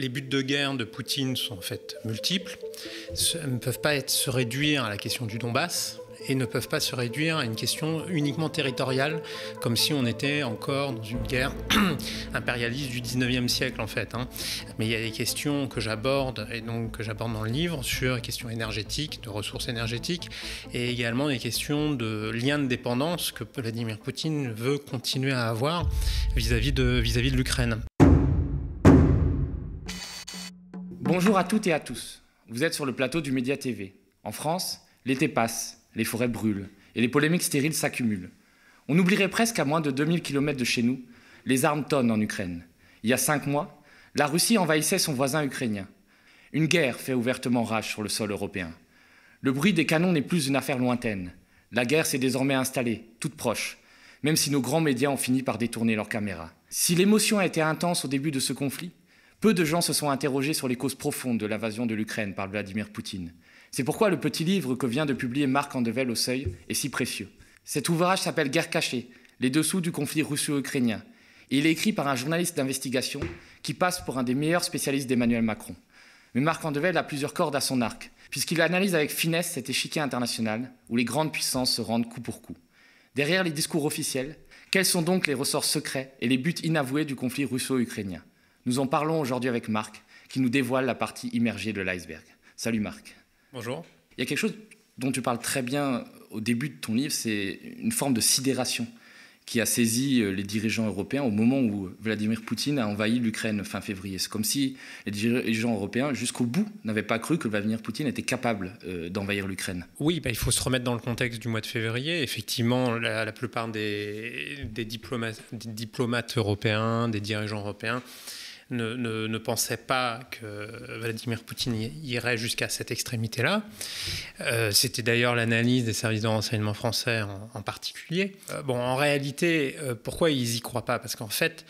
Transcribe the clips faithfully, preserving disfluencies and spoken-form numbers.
Les buts de guerre de Poutine sont en fait multiples, ne peuvent pas être, se réduire à la question du Donbass et ne peuvent pas se réduire à une question uniquement territoriale, comme si on était encore dans une guerre impérialiste du dix-neuvième siècle en fait. Hein. Mais il y a des questions que j'aborde, et donc que j'aborde dans le livre, sur les questions énergétiques, de ressources énergétiques, et également des questions de liens de dépendance que Vladimir Poutine veut continuer à avoir vis-à-vis de, vis-à-vis de l'Ukraine. Bonjour à toutes et à tous. Vous êtes sur le plateau du Média T V. En France, l'été passe, les forêts brûlent et les polémiques stériles s'accumulent. On oublierait presque qu'à moins de deux mille kilomètres de chez nous, les armes tonnent en Ukraine. Il y a cinq mois, la Russie envahissait son voisin ukrainien. Une guerre fait ouvertement rage sur le sol européen. Le bruit des canons n'est plus une affaire lointaine. La guerre s'est désormais installée, toute proche, même si nos grands médias ont fini par détourner leurs caméras. Si l'émotion a été intense au début de ce conflit, peu de gens se sont interrogés sur les causes profondes de l'invasion de l'Ukraine par Vladimir Poutine. C'est pourquoi le petit livre que vient de publier Marc Andevel au Seuil est si précieux. Cet ouvrage s'appelle « Guerre cachée, les dessous du conflit russo-ukrainien ». Et il est écrit par un journaliste d'investigation qui passe pour un des meilleurs spécialistes d'Emmanuel Macron. Mais Marc Andevel a plusieurs cordes à son arc, puisqu'il analyse avec finesse cet échiquier international où les grandes puissances se rendent coup pour coup. Derrière les discours officiels, quels sont donc les ressorts secrets et les buts inavoués du conflit russo-ukrainien ? Nous en parlons aujourd'hui avec Marc, qui nous dévoile la partie immergée de l'iceberg. Salut Marc. Bonjour. Il y a quelque chose dont tu parles très bien au début de ton livre, c'est une forme de sidération qui a saisi les dirigeants européens au moment où Vladimir Poutine a envahi l'Ukraine fin février. C'est comme si les dirigeants européens, jusqu'au bout, n'avaient pas cru que Vladimir Poutine était capable euh, d'envahir l'Ukraine. Oui, bah, il faut se remettre dans le contexte du mois de février. Effectivement, la, la plupart des, des, diplomates, des diplomates européens, des dirigeants européens, Ne, ne, ne pensait pas que Vladimir Poutine irait jusqu'à cette extrémité-là. Euh, c'était d'ailleurs l'analyse des services de renseignement français en, en particulier. Euh, bon, en réalité, euh, pourquoi ils n'y croient pas ? Parce qu'en fait,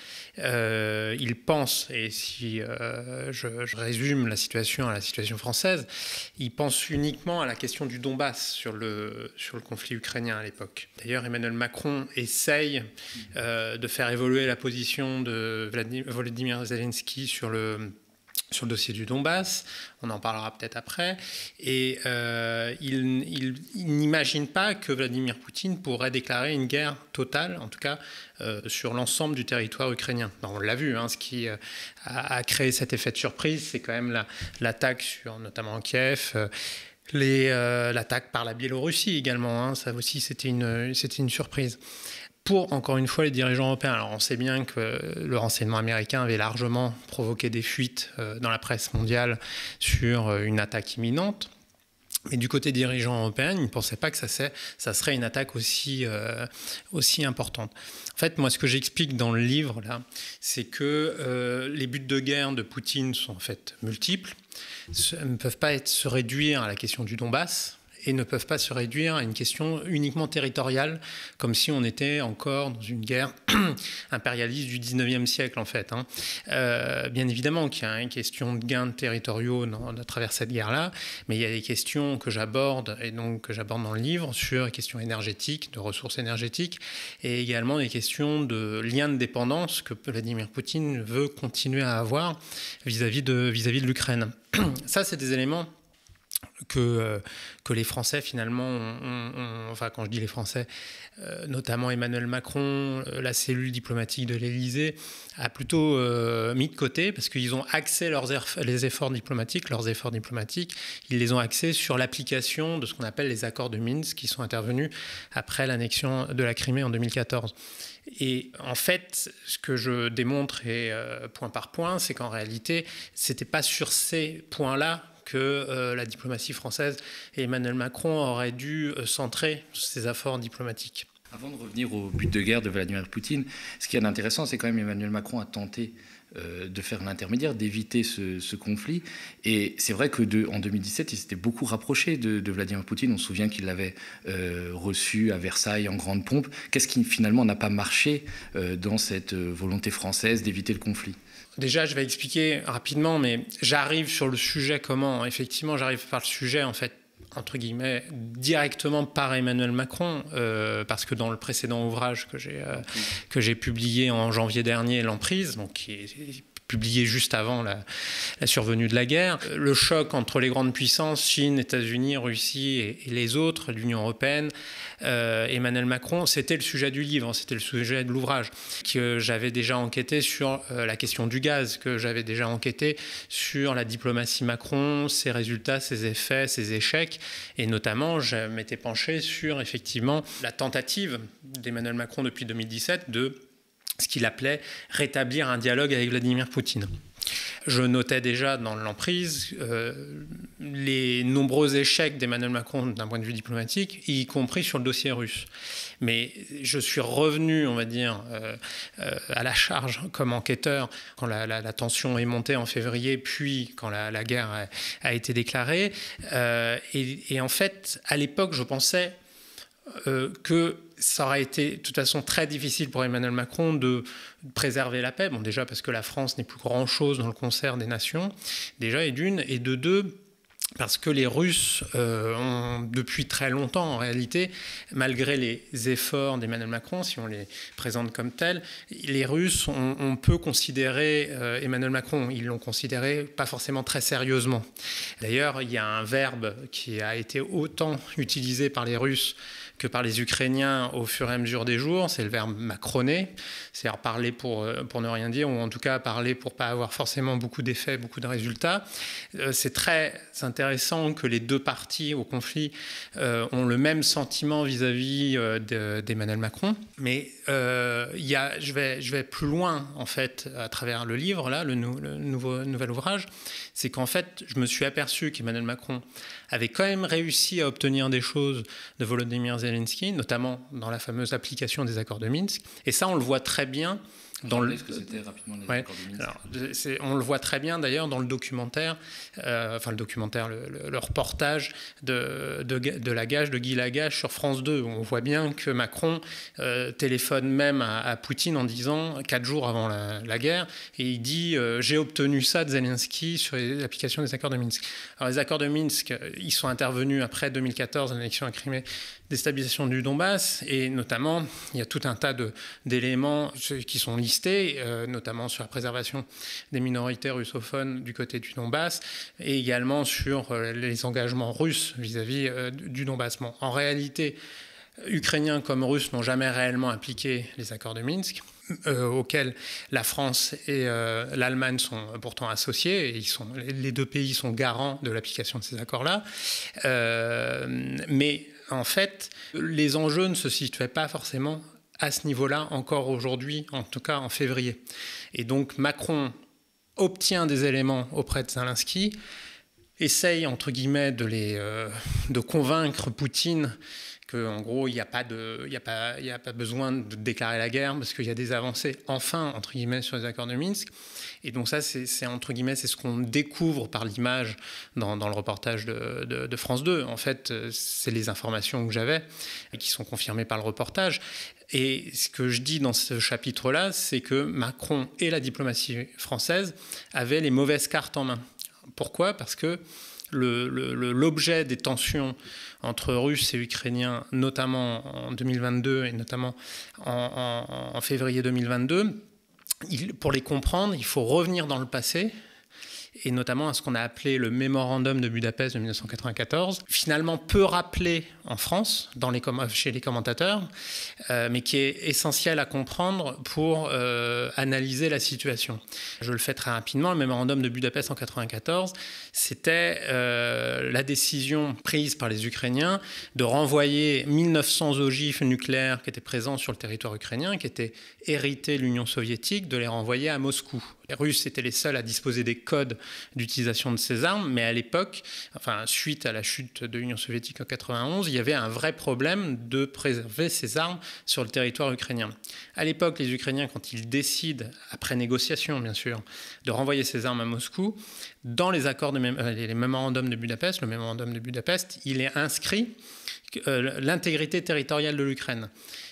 euh, ils pensent, et si euh, je, je résume la situation à la situation française, ils pensent uniquement à la question du Donbass sur le, sur le conflit ukrainien à l'époque. D'ailleurs, Emmanuel Macron essaye euh, de faire évoluer la position de Vladimir, Volodymyr Zelensky sur le, sur le dossier du Donbass, on en parlera peut-être après, et euh, il, il, il n'imagine pas que Vladimir Poutine pourrait déclarer une guerre totale, en tout cas euh, sur l'ensemble du territoire ukrainien. Ben, on l'a vu, hein, ce qui euh, a, a créé cet effet de surprise, c'est quand même la, l'attaque sur notamment Kiev, euh, les, euh, l'attaque par la Biélorussie également, hein, ça aussi c'était une, c'était une surprise. Pour, encore une fois, les dirigeants européens. Alors, on sait bien que le renseignement américain avait largement provoqué des fuites euh, dans la presse mondiale sur euh, une attaque imminente. Mais du côté des dirigeants européens, ils ne pensaient pas que ça, ça serait une attaque aussi, euh, aussi importante. En fait, moi, ce que j'explique dans le livre, là, c'est que euh, les buts de guerre de Poutine sont en fait multiples, ne peuvent pas être, se réduire à la question du Donbass, et ne peuvent pas se réduire à une question uniquement territoriale, comme si on était encore dans une guerre impérialiste du dix-neuvième siècle, en fait. Hein. Euh, bien évidemment qu'il y a une question de gains territoriaux dans, à travers cette guerre-là, mais il y a des questions que j'aborde, et donc que j'aborde dans le livre, sur les questions énergétiques, de ressources énergétiques, et également des questions de liens de dépendance que Vladimir Poutine veut continuer à avoir vis-à-vis de, vis-à-vis de l'Ukraine. Ça, c'est des éléments que, euh, que les Français, finalement, ont, ont, enfin, quand je dis les Français, euh, notamment Emmanuel Macron, euh, la cellule diplomatique de l'Élysée, a plutôt euh, mis de côté, parce qu'ils ont axé leurs erf- les efforts diplomatiques, leurs efforts diplomatiques, ils les ont axés sur l'application de ce qu'on appelle les accords de Minsk, qui sont intervenus après l'annexion de la Crimée en deux mille quatorze. Et en fait, ce que je démontre, et euh, point par point, c'est qu'en réalité, c'était pas sur ces points-là que euh, la diplomatie française et Emmanuel Macron auraient dû euh, centrer ses efforts diplomatiques. Avant de revenir au but de guerre de Vladimir Poutine, ce qui est intéressant, c'est quand même Emmanuel Macron a tenté euh, de faire l'intermédiaire, d'éviter ce, ce conflit. Et c'est vrai que de, en deux mille dix-sept, il s'était beaucoup rapproché de, de Vladimir Poutine. On se souvient qu'il l'avait euh, reçu à Versailles en grande pompe. Qu'est-ce qui finalement n'a pas marché euh, dans cette volonté française d'éviter le conflit ? Déjà, je vais expliquer rapidement, mais j'arrive sur le sujet comment. Effectivement, j'arrive par le sujet, en fait, entre guillemets, directement par Emmanuel Macron, euh, parce que dans le précédent ouvrage que j'ai, euh, que j'ai publié en janvier dernier, L'Emprise, donc qui est publié juste avant la, la survenue de la guerre. Le choc entre les grandes puissances, Chine, États-Unis, Russie et, et les autres, l'Union européenne, euh, Emmanuel Macron, c'était le sujet du livre, c'était le sujet de l'ouvrage, que j'avais déjà enquêté sur euh, la question du gaz, que j'avais déjà enquêté sur la diplomatie Macron, ses résultats, ses effets, ses échecs, et notamment je m'étais penché sur effectivement la tentative d'Emmanuel Macron depuis deux mille dix-sept de ce qu'il appelait rétablir un dialogue avec Vladimir Poutine. Je notais déjà dans l'emprise euh, les nombreux échecs d'Emmanuel Macron d'un point de vue diplomatique, y compris sur le dossier russe. Mais je suis revenu, on va dire, euh, euh, à la charge comme enquêteur quand la, la, la tension est montée en février, puis quand la, la guerre a, a été déclarée. Euh, et, et en fait, à l'époque, je pensais euh, que ça aurait été de toute façon très difficile pour Emmanuel Macron de préserver la paix. Bon, déjà parce que la France n'est plus grand-chose dans le concert des nations, déjà, et d'une, et de deux, parce que les Russes euh, ont, depuis très longtemps, en réalité, malgré les efforts d'Emmanuel Macron, si on les présente comme tels, les Russes, on, on peut considérer euh, Emmanuel Macron, ils l'ont considéré pas forcément très sérieusement. D'ailleurs, il y a un verbe qui a été autant utilisé par les Russes que par les Ukrainiens au fur et à mesure des jours, c'est le verbe macroner, c'est-à-dire parler pour, pour ne rien dire, ou en tout cas parler pour ne pas avoir forcément beaucoup d'effets, beaucoup de résultats. C'est très intéressant que les deux parties au conflit euh, ont le même sentiment vis-à-vis euh, d'Emmanuel Macron, mais euh, y a, je, vais, je vais plus loin, en fait, à travers le livre, là, le, nou, le nouveau, nouvel ouvrage, c'est qu'en fait, je me suis aperçu qu'Emmanuel Macron avait quand même réussi à obtenir des choses de Volodymyr Zelensky, notamment dans la fameuse application des accords de Minsk. Et ça, on le voit très bien dans le... ce que c'était rapidement les ouais. accords de Minsk. Alors, on le voit très bien d'ailleurs dans le documentaire, euh, enfin le documentaire, le, le, le reportage de, de, de Lagache, de Guy Lagache sur France deux. Où on voit bien que Macron euh, téléphone même à, à Poutine en disant, quatre jours avant la, la guerre, et il dit euh, « j'ai obtenu ça de Zelensky sur l'application des accords de Minsk ». Alors les accords de Minsk, ils sont intervenus après deux mille quatorze, l'annexion à Crimée, déstabilisation du Donbass, et notamment, il y a tout un tas d'éléments qui sont listés, euh, notamment sur la préservation des minorités russophones du côté du Donbass, et également sur euh, les engagements russes vis-à-vis euh, du Donbass. Bon, en réalité, Ukrainiens comme Russes n'ont jamais réellement appliqué les accords de Minsk, euh, auxquels la France et euh, l'Allemagne sont pourtant associés, et ils sont, les deux pays sont garants de l'application de ces accords-là. Euh, mais en fait, les enjeux ne se situaient pas forcément à ce niveau-là encore aujourd'hui, en tout cas en février. Et donc Macron obtient des éléments auprès de Zelensky, essaye entre guillemets de, les, euh, de convaincre Poutine qu'en gros il n'y a, a, a pas besoin de déclarer la guerre parce qu'il y a des avancées enfin entre guillemets sur les accords de Minsk. Et donc ça, c'est entre guillemets, c'est ce qu'on découvre par l'image dans, dans le reportage de, de, de France deux. En fait, c'est les informations que j'avais et qui sont confirmées par le reportage. Et ce que je dis dans ce chapitre-là, c'est que Macron et la diplomatie française avaient les mauvaises cartes en main. Pourquoi ? Parce que l'objet le, le, des tensions entre Russes et Ukrainiens, notamment en deux mille vingt-deux et notamment en, en, en février deux mille vingt-deux, Il, pour les comprendre, il faut revenir dans le passé, et notamment à ce qu'on a appelé le mémorandum de Budapest de mille neuf cent quatre-vingt-quatorze, finalement peu rappelé en France, dans les, chez les commentateurs, euh, mais qui est essentiel à comprendre pour euh, analyser la situation. Je le fais très rapidement. Le mémorandum de Budapest en mille neuf cent quatre-vingt-quatorze, c'était euh, la décision prise par les Ukrainiens de renvoyer mille neuf cents ogives nucléaires qui étaient présents sur le territoire ukrainien, qui étaient hérités de l'Union soviétique, de les renvoyer à Moscou. Les Russes étaient les seuls à disposer des codes d'utilisation de ces armes, mais à l'époque, enfin suite à la chute de l'Union soviétique en mille neuf cent quatre-vingt-onze, il y avait un vrai problème de préserver ces armes sur le territoire ukrainien. À l'époque, les Ukrainiens, quand ils décident, après négociation bien sûr, de renvoyer ces armes à Moscou, dans les accords de mém les mémorandums de Budapest, le mémorandum de Budapest, il est inscrit euh, l'intégrité territoriale de l'Ukraine.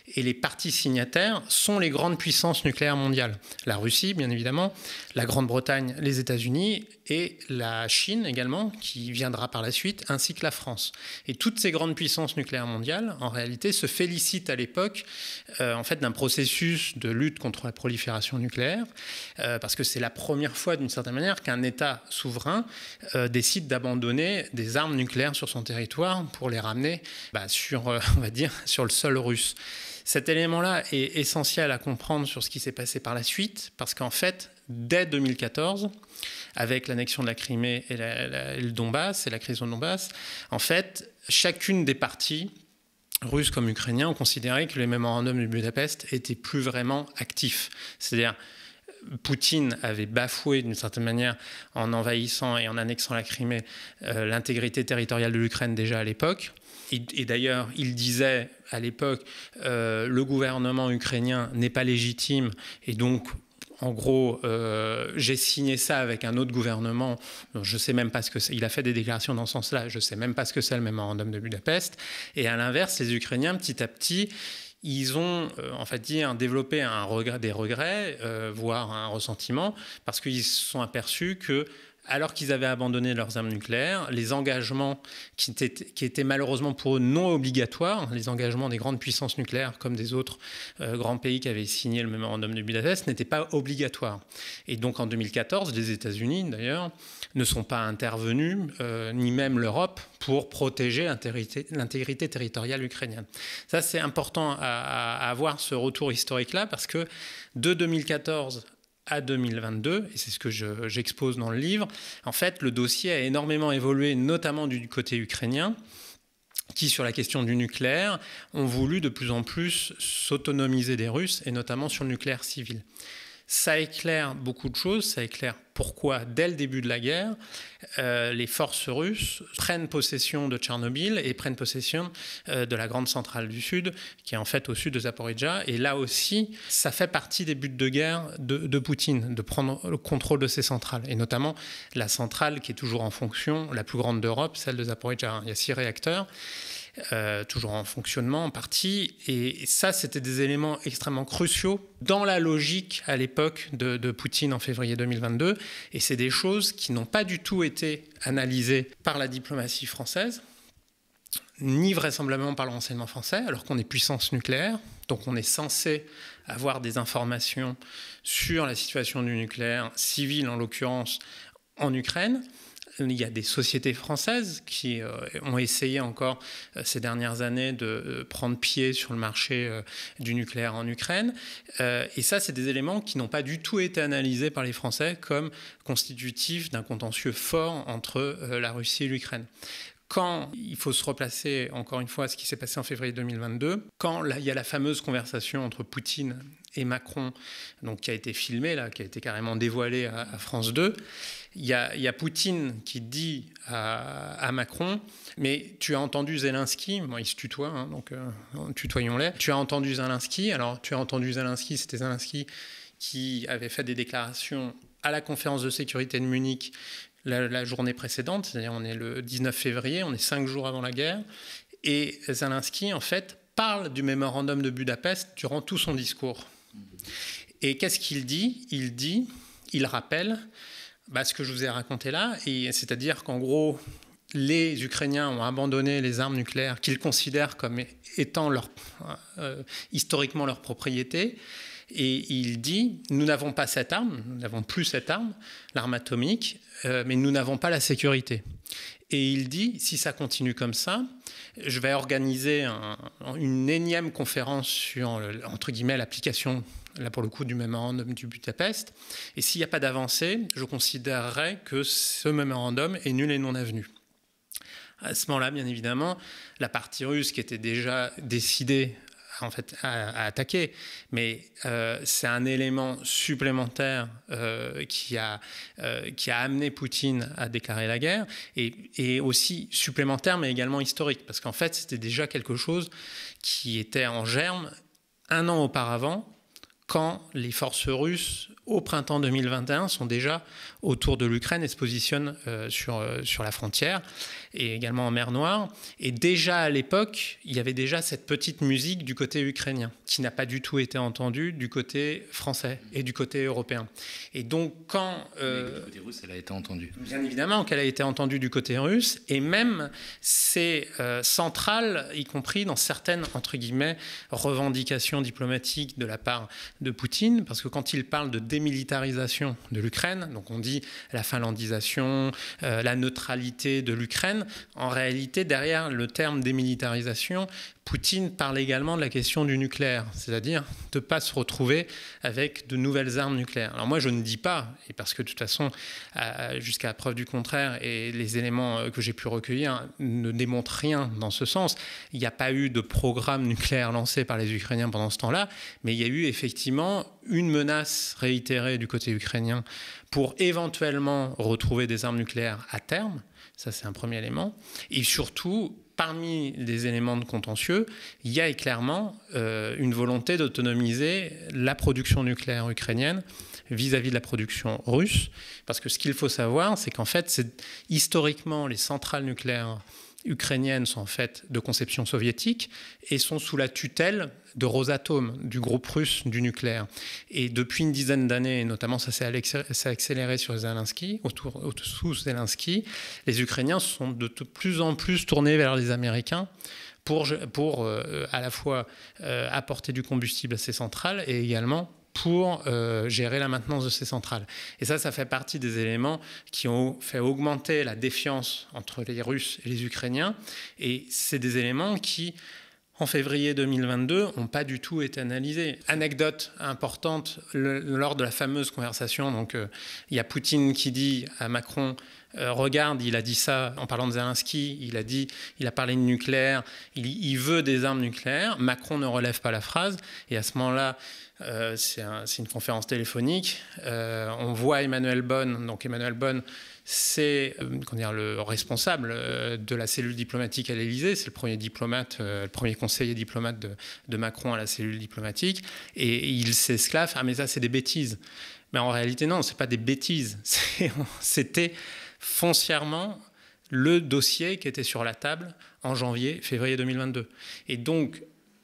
Et les parties signataires sont les grandes puissances nucléaires mondiales. La Russie, bien évidemment, la Grande-Bretagne, les États-Unis et la Chine également, qui viendra par la suite, ainsi que la France. Et toutes ces grandes puissances nucléaires mondiales, en réalité, se félicitent à l'époque euh, en fait, d'un processus de lutte contre la prolifération nucléaire, euh, parce que c'est la première fois, d'une certaine manière, qu'un État souverain euh, décide d'abandonner des armes nucléaires sur son territoire pour les ramener bah, sur, euh, on va dire, sur le sol russe. Cet élément-là est essentiel à comprendre sur ce qui s'est passé par la suite, parce qu'en fait, dès deux mille quatorze, avec l'annexion de la Crimée et, la, la, et le Donbass, et la crise au Donbass, en fait, chacune des parties, russes comme ukrainiens, ont considéré que les mémorandums de Budapest étaient plus vraiment actifs. C'est-à-dire, Poutine avait bafoué d'une certaine manière en envahissant et en annexant la Crimée euh, l'intégrité territoriale de l'Ukraine déjà à l'époque. Et, et d'ailleurs, il disait à l'époque euh, le gouvernement ukrainien n'est pas légitime et donc en gros, euh, j'ai signé ça avec un autre gouvernement. Je ne sais même pas ce que c'est. Il a fait des déclarations dans ce sens-là. Je ne sais même pas ce que c'est le mémorandum de Budapest. Et à l'inverse, les Ukrainiens, petit à petit, ils ont euh, en fait dire, développé un regret, des regrets, euh, voire un ressentiment, parce qu'ils se sont aperçus que, alors qu'ils avaient abandonné leurs armes nucléaires, les engagements qui étaient, qui étaient malheureusement pour eux non obligatoires, les engagements des grandes puissances nucléaires comme des autres euh, grands pays qui avaient signé le mémorandum de Budapest, n'étaient pas obligatoires. Et donc en deux mille quatorze, les États-Unis d'ailleurs ne sont pas intervenus, euh, ni même l'Europe, pour protéger l'intégrité, l'intégrité territoriale ukrainienne. Ça, c'est important à, à avoir ce retour historique-là, parce que de deux mille quatorze à deux mille vingt-deux, et c'est ce que je, j'expose dans le livre, en fait, le dossier a énormément évolué, notamment du côté ukrainien, qui, sur la question du nucléaire, ont voulu de plus en plus s'autonomiser des Russes, et notamment sur le nucléaire civil. Ça éclaire beaucoup de choses, ça éclaire pourquoi, dès le début de la guerre, euh, les forces russes prennent possession de Tchernobyl et prennent possession euh, de la grande centrale du Sud, qui est en fait au sud de Zaporijjia. Et là aussi, ça fait partie des buts de guerre de, de Poutine, de prendre le contrôle de ces centrales. Et notamment la centrale qui est toujours en fonction, la plus grande d'Europe, celle de Zaporijjia. Il y a six réacteurs. Euh, toujours en fonctionnement en partie, et ça c'était des éléments extrêmement cruciaux dans la logique à l'époque de, de Poutine en février deux mille vingt-deux, et c'est des choses qui n'ont pas du tout été analysées par la diplomatie française, ni vraisemblablement par le renseignement français, alors qu'on est puissance nucléaire, donc on est censé avoir des informations sur la situation du nucléaire civil en l'occurrence en Ukraine. Il y a des sociétés françaises qui euh, ont essayé encore euh, ces dernières années de euh, prendre pied sur le marché euh, du nucléaire en Ukraine. Euh, et ça, c'est des éléments qui n'ont pas du tout été analysés par les Français comme constitutifs d'un contentieux fort entre euh, la Russie et l'Ukraine. Quand il faut se replacer, encore une fois, à ce qui s'est passé en février deux mille vingt-deux, quand là, il y a la fameuse conversation entre Poutine et Macron, donc, qui a été filmée, là, qui a été carrément dévoilée à, à France deux, il y, a, il y a Poutine qui dit à, à Macron « Mais tu as entendu Zelensky ?» Bon, il se tutoie, hein, donc euh, tutoyons-les. « Tu as entendu Zelensky ?» Alors, tu as entendu Zelensky, c'était Zelensky qui avait fait des déclarations à la conférence de sécurité de Munich La, la journée précédente, c'est-à-dire on est le dix-neuf février, on est cinq jours avant la guerre, et Zelensky, en fait, parle du mémorandum de Budapest durant tout son discours. Et qu'est-ce qu'il dit ? Il dit, il rappelle bah, ce que je vous ai raconté là, et c'est-à-dire qu'en gros, les Ukrainiens ont abandonné les armes nucléaires qu'ils considèrent comme étant leur, euh, historiquement leur propriété. Et il dit, nous n'avons pas cette arme, nous n'avons plus cette arme, l'arme atomique, euh, mais nous n'avons pas la sécurité. Et il dit, si ça continue comme ça, je vais organiser un, une énième conférence sur, le, entre guillemets, l'application, là pour le coup, du mémorandum du Budapest. Et s'il n'y a pas d'avancée, je considérerais que ce mémorandum est nul et non avenu. À ce moment-là, bien évidemment, la partie russe qui était déjà décidée en fait, à, à attaquer, mais euh, c'est un élément supplémentaire euh, qui, a, euh, qui a amené Poutine à déclarer la guerre, et, et aussi supplémentaire, mais également historique, parce qu'en fait, c'était déjà quelque chose qui était en germe un an auparavant, quand les forces russes au printemps deux mille vingt et un, sont déjà autour de l'Ukraine et se positionnent euh, sur, euh, sur la frontière et également en mer Noire. Et déjà à l'époque, il y avait déjà cette petite musique du côté ukrainien qui n'a pas du tout été entendue du côté français et du côté européen. Et donc quand... Euh, du côté russe, elle a été entendue. Bien évidemment qu'elle a été entendue du côté russe, et même c'est euh, central, y compris dans certaines, entre guillemets, revendications diplomatiques de la part de Poutine, parce que quand il parle de démilitarisation de l'Ukraine, donc on dit la finlandisation, euh, la neutralité de l'Ukraine, en réalité, derrière le terme démilitarisation, Poutine parle également de la question du nucléaire, c'est-à-dire de ne pas se retrouver avec de nouvelles armes nucléaires. Alors moi, je ne dis pas, et parce que de toute façon, euh, jusqu'à la preuve du contraire, et les éléments que j'ai pu recueillir ne démontrent rien dans ce sens. Il n'y a pas eu de programme nucléaire lancé par les Ukrainiens pendant ce temps-là, mais il y a eu effectivement une menace réitérée du côté ukrainien pour éventuellement retrouver des armes nucléaires à terme. Ça, c'est un premier élément. Et surtout, parmi les éléments de contentieux, il y a clairement euh, une volonté d'autonomiser la production nucléaire ukrainienne vis-à-vis de la production russe. Parce que ce qu'il faut savoir, c'est qu'en fait, c'est, historiquement, les centrales nucléaires ukrainiennes sont faites de conception soviétique et sont sous la tutelle de Rosatom, du groupe russe du nucléaire. Et depuis une dizaine d'années, notamment ça s'est accéléré sur Zelensky, autour, sous Zelensky, les Ukrainiens sont de plus en plus tournés vers les Américains pour, pour euh, à la fois euh, apporter du combustible à ces centrales et également pour euh, gérer la maintenance de ces centrales. Et ça, ça fait partie des éléments qui ont fait augmenter la défiance entre les Russes et les Ukrainiens. Et c'est des éléments qui, en février deux mille vingt-deux, n'ont pas du tout été analysés. Anecdote importante, le, lors de la fameuse conversation, donc euh, il y a Poutine qui dit à Macron euh, « Regarde, il a dit ça en parlant de Zelensky, il a dit, il a parlé de nucléaire, il, il veut des armes nucléaires ». Macron ne relève pas la phrase. Et à ce moment-là, Euh, c'est, un, c'est une conférence téléphonique. Euh, on voit Emmanuel Bonne. Donc Emmanuel Bonne, c'est euh, comment dire, le responsable euh, de la cellule diplomatique à l'Élysée. C'est le premier diplomate, euh, le premier conseiller diplomate de, de Macron à la cellule diplomatique. Et, et il s'esclaffe. Ah mais ça c'est des bêtises. Mais en réalité non, c'est pas des bêtises. C'est, c'était foncièrement le dossier qui était sur la table en janvier, février deux mille vingt-deux. Et donc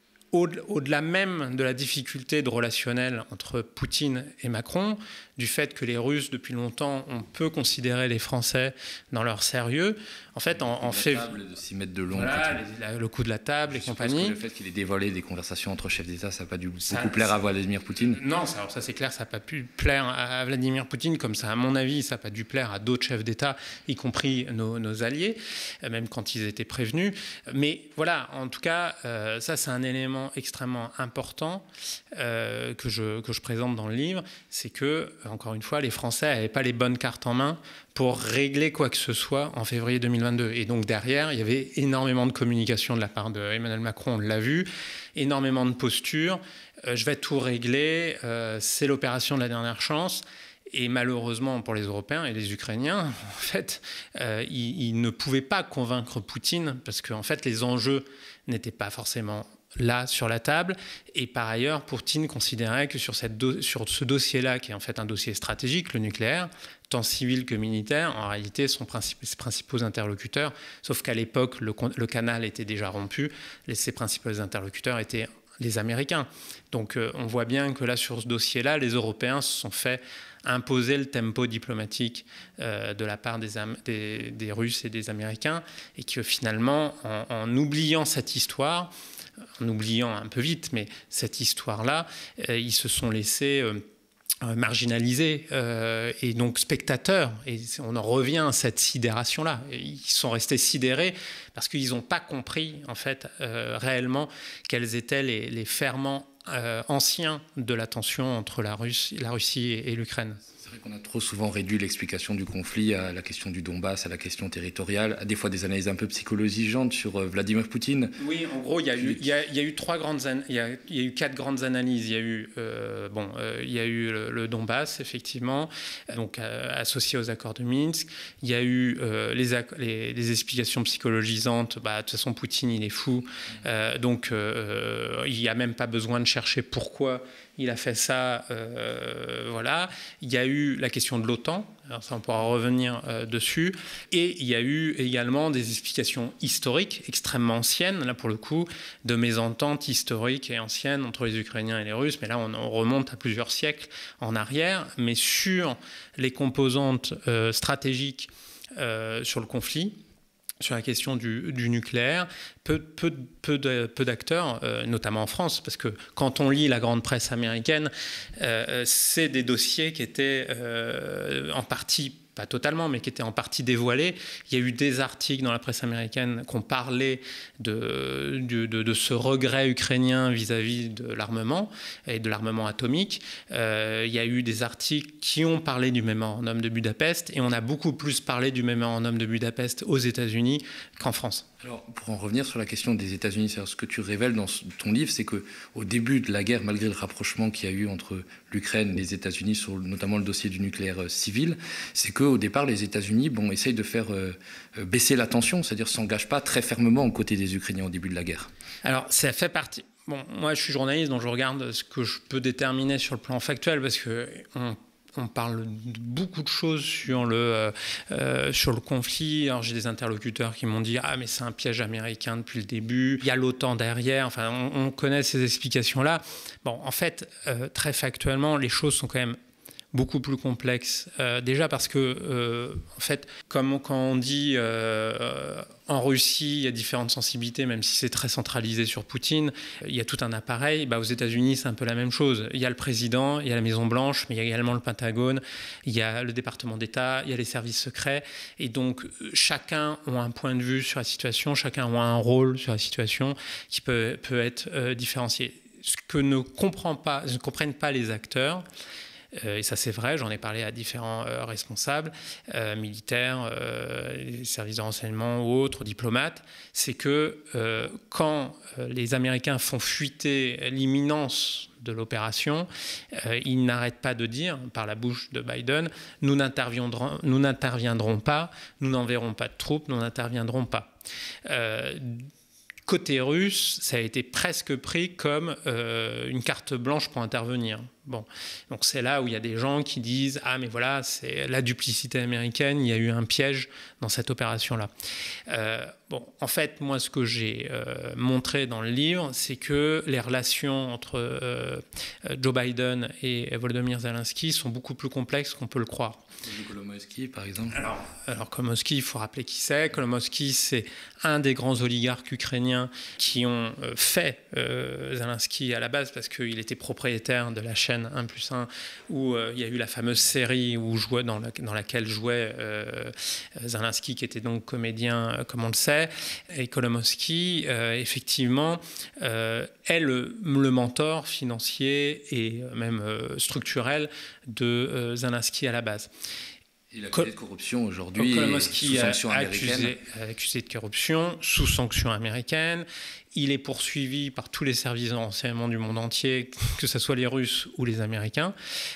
au-delà même de la difficulté de relationnel entre Poutine et Macron, du fait que les Russes, depuis longtemps, on peut considérer les Français dans leur sérieux, en fait, en, en fait... de s'y mettre de long. Voilà, les, le coup de la table et compagnie. Le fait qu'il ait dévoilé des conversations entre chefs d'État, ça n'a pas dû ça, beaucoup plaire à Vladimir Poutine. Non, ça, alors ça c'est clair, ça n'a pas pu plaire à Vladimir Poutine, comme ça, à mon avis, ça n'a pas dû plaire à d'autres chefs d'État, y compris nos, nos alliés, même quand ils étaient prévenus. Mais voilà, en tout cas, euh, ça c'est un élément extrêmement important euh, que, je, que je présente dans le livre, c'est que, encore une fois, les Français n'avaient pas les bonnes cartes en main pour régler quoi que ce soit en février deux mille vingt-deux. Et donc derrière, il y avait énormément de communication de la part d'Emmanuel Macron, on l'a vu, énormément de postures. Euh, je vais tout régler, euh, c'est l'opération de la dernière chance. Et malheureusement pour les Européens et les Ukrainiens, en fait, euh, ils, ils ne pouvaient pas convaincre Poutine parce qu'en fait, les enjeux n'étaient pas forcément là sur la table. Et par ailleurs, Poutine considérait que sur, cette do- sur ce dossier-là, qui est en fait un dossier stratégique, le nucléaire, tant civil que militaire, en réalité, sont princip- ses principaux interlocuteurs, sauf qu'à l'époque, le, le canal était déjà rompu, les, ses principaux interlocuteurs étaient les Américains. Donc euh, on voit bien que là, sur ce dossier-là, les Européens se sont fait imposer le tempo diplomatique euh, de la part des, Am- des, des Russes et des Américains, et que finalement, en, en oubliant cette histoire, en oubliant un peu vite, mais cette histoire-là, euh, ils se sont laissés euh, marginalisés euh, et donc spectateurs. Et on en revient à cette sidération-là. Ils sont restés sidérés parce qu'ils n'ont pas compris, en fait, euh, réellement quels étaient les, les ferments euh, anciens de la tension entre la, Russe, la Russie et, et l'Ukraine. C'est vrai qu'on a trop souvent réduit l'explication du conflit à la question du Donbass, à la question territoriale, à des fois des analyses un peu psychologisantes sur euh, Vladimir Poutine. Oui, en gros, il y a eu, il y a, il y a eu trois grandes, an- il y a, il y a eu quatre grandes analyses. Il y a eu, euh, bon, euh, il y a eu le, le Donbass, effectivement, donc euh, associé aux accords de Minsk. Il y a eu euh, les, ac- les, les explications psychologisantes. Bah, de toute façon, Poutine, il est fou, euh, donc euh, il n'y a même pas besoin de chercher pourquoi il a fait ça. Euh, voilà. Il y a eu la question de l'OTAN. Alors ça, on pourra revenir euh, dessus. Et il y a eu également des explications historiques extrêmement anciennes, là pour le coup, de mésententes historiques et anciennes entre les Ukrainiens et les Russes. Mais là, on, on remonte à plusieurs siècles en arrière. Mais sur les composantes euh, stratégiques euh, sur le conflit, sur la question du, du nucléaire, peu, peu, peu, de, peu d'acteurs, euh, notamment en France, parce que quand on lit la grande presse américaine, euh, c'est des dossiers qui étaient euh, en partie, pas totalement, mais qui étaient en partie dévoilés. Il y a eu des articles dans la presse américaine qui ont parlé de, de, de, de ce regret ukrainien vis-à-vis de l'armement et de l'armement atomique. Euh, il y a eu des articles qui ont parlé du mémorandum de Budapest, et on a beaucoup plus parlé du mémorandum de Budapest aux États-Unis qu'en France. Alors, pour en revenir sur la question des États-Unis, ce que tu révèles dans ton livre, c'est qu'au début de la guerre, malgré le rapprochement qu'il y a eu entre l'Ukraine et les États-Unis, sur notamment le dossier du nucléaire civil, c'est qu'au départ, les États-Unis bon, essayent de faire euh, baisser la tension, c'est-à-dire ne s'engagent pas très fermement aux côtés des Ukrainiens au début de la guerre. Alors, ça fait partie... Bon, moi, je suis journaliste, donc je regarde ce que je peux déterminer sur le plan factuel, parce que on On parle de beaucoup de choses sur le, euh, sur le conflit. Alors, j'ai des interlocuteurs qui m'ont dit « Ah, mais c'est un piège américain depuis le début. Il y a l'OTAN derrière. » Enfin, on, on connaît ces explications-là. Bon, en fait, euh, très factuellement, les choses sont quand même beaucoup plus complexes. Euh, déjà parce que, euh, en fait, comme quand on dit euh, en Russie, il y a différentes sensibilités, même si c'est très centralisé sur Poutine, il y a tout un appareil. Bah, aux États-Unis, c'est un peu la même chose. Il y a le président, il y a la Maison-Blanche, mais il y a également le Pentagone, il y a le département d'État, il y a les services secrets. Et donc, chacun a un point de vue sur la situation, chacun a un rôle sur la situation qui peut, peut être euh, différencié. Ce que ne, comprend pas, ne comprennent pas les acteurs, et ça c'est vrai, j'en ai parlé à différents euh, responsables euh, militaires, euh, services de renseignement ou autres, diplomates, c'est que euh, quand euh, les Américains font fuiter l'imminence de l'opération, euh, ils n'arrêtent pas de dire, par la bouche de Biden, nous n'interviendrons, nous n'interviendrons pas, nous n'enverrons pas de troupes, nous n'interviendrons pas. Euh, Côté russe, ça a été presque pris comme euh, une carte blanche pour intervenir. Bon, donc c'est là où il y a des gens qui disent « Ah, mais voilà, c'est la duplicité américaine, il y a eu un piège dans cette opération-là. Euh, » Bon, en fait, moi, ce que j'ai euh, montré dans le livre, c'est que les relations entre euh, Joe Biden et Volodymyr Zelensky sont beaucoup plus complexes qu'on peut le croire. Kolomoïski, par exemple. Alors, alors Kolomoïski, il faut rappeler qui c'est. Kolomoïski, c'est un des grands oligarques ukrainiens qui ont euh, fait euh, Zelensky à la base parce qu'il était propriétaire de la chaîne un plus un où euh, il y a eu la fameuse série où jouait, dans, la, dans laquelle jouait euh, Zelensky, qui était donc comédien, comme on le sait. Et Kolomoïski, euh, effectivement, euh, est le, le mentor financier et même euh, structurel de euh, Zelensky à la base. Il a accusé de corruption aujourd'hui, sous sanction américaine. Accusé de corruption, sous sanction américaine. Il est poursuivi par tous les services de renseignement du monde entier, que ce soit les Russes ou les Américains,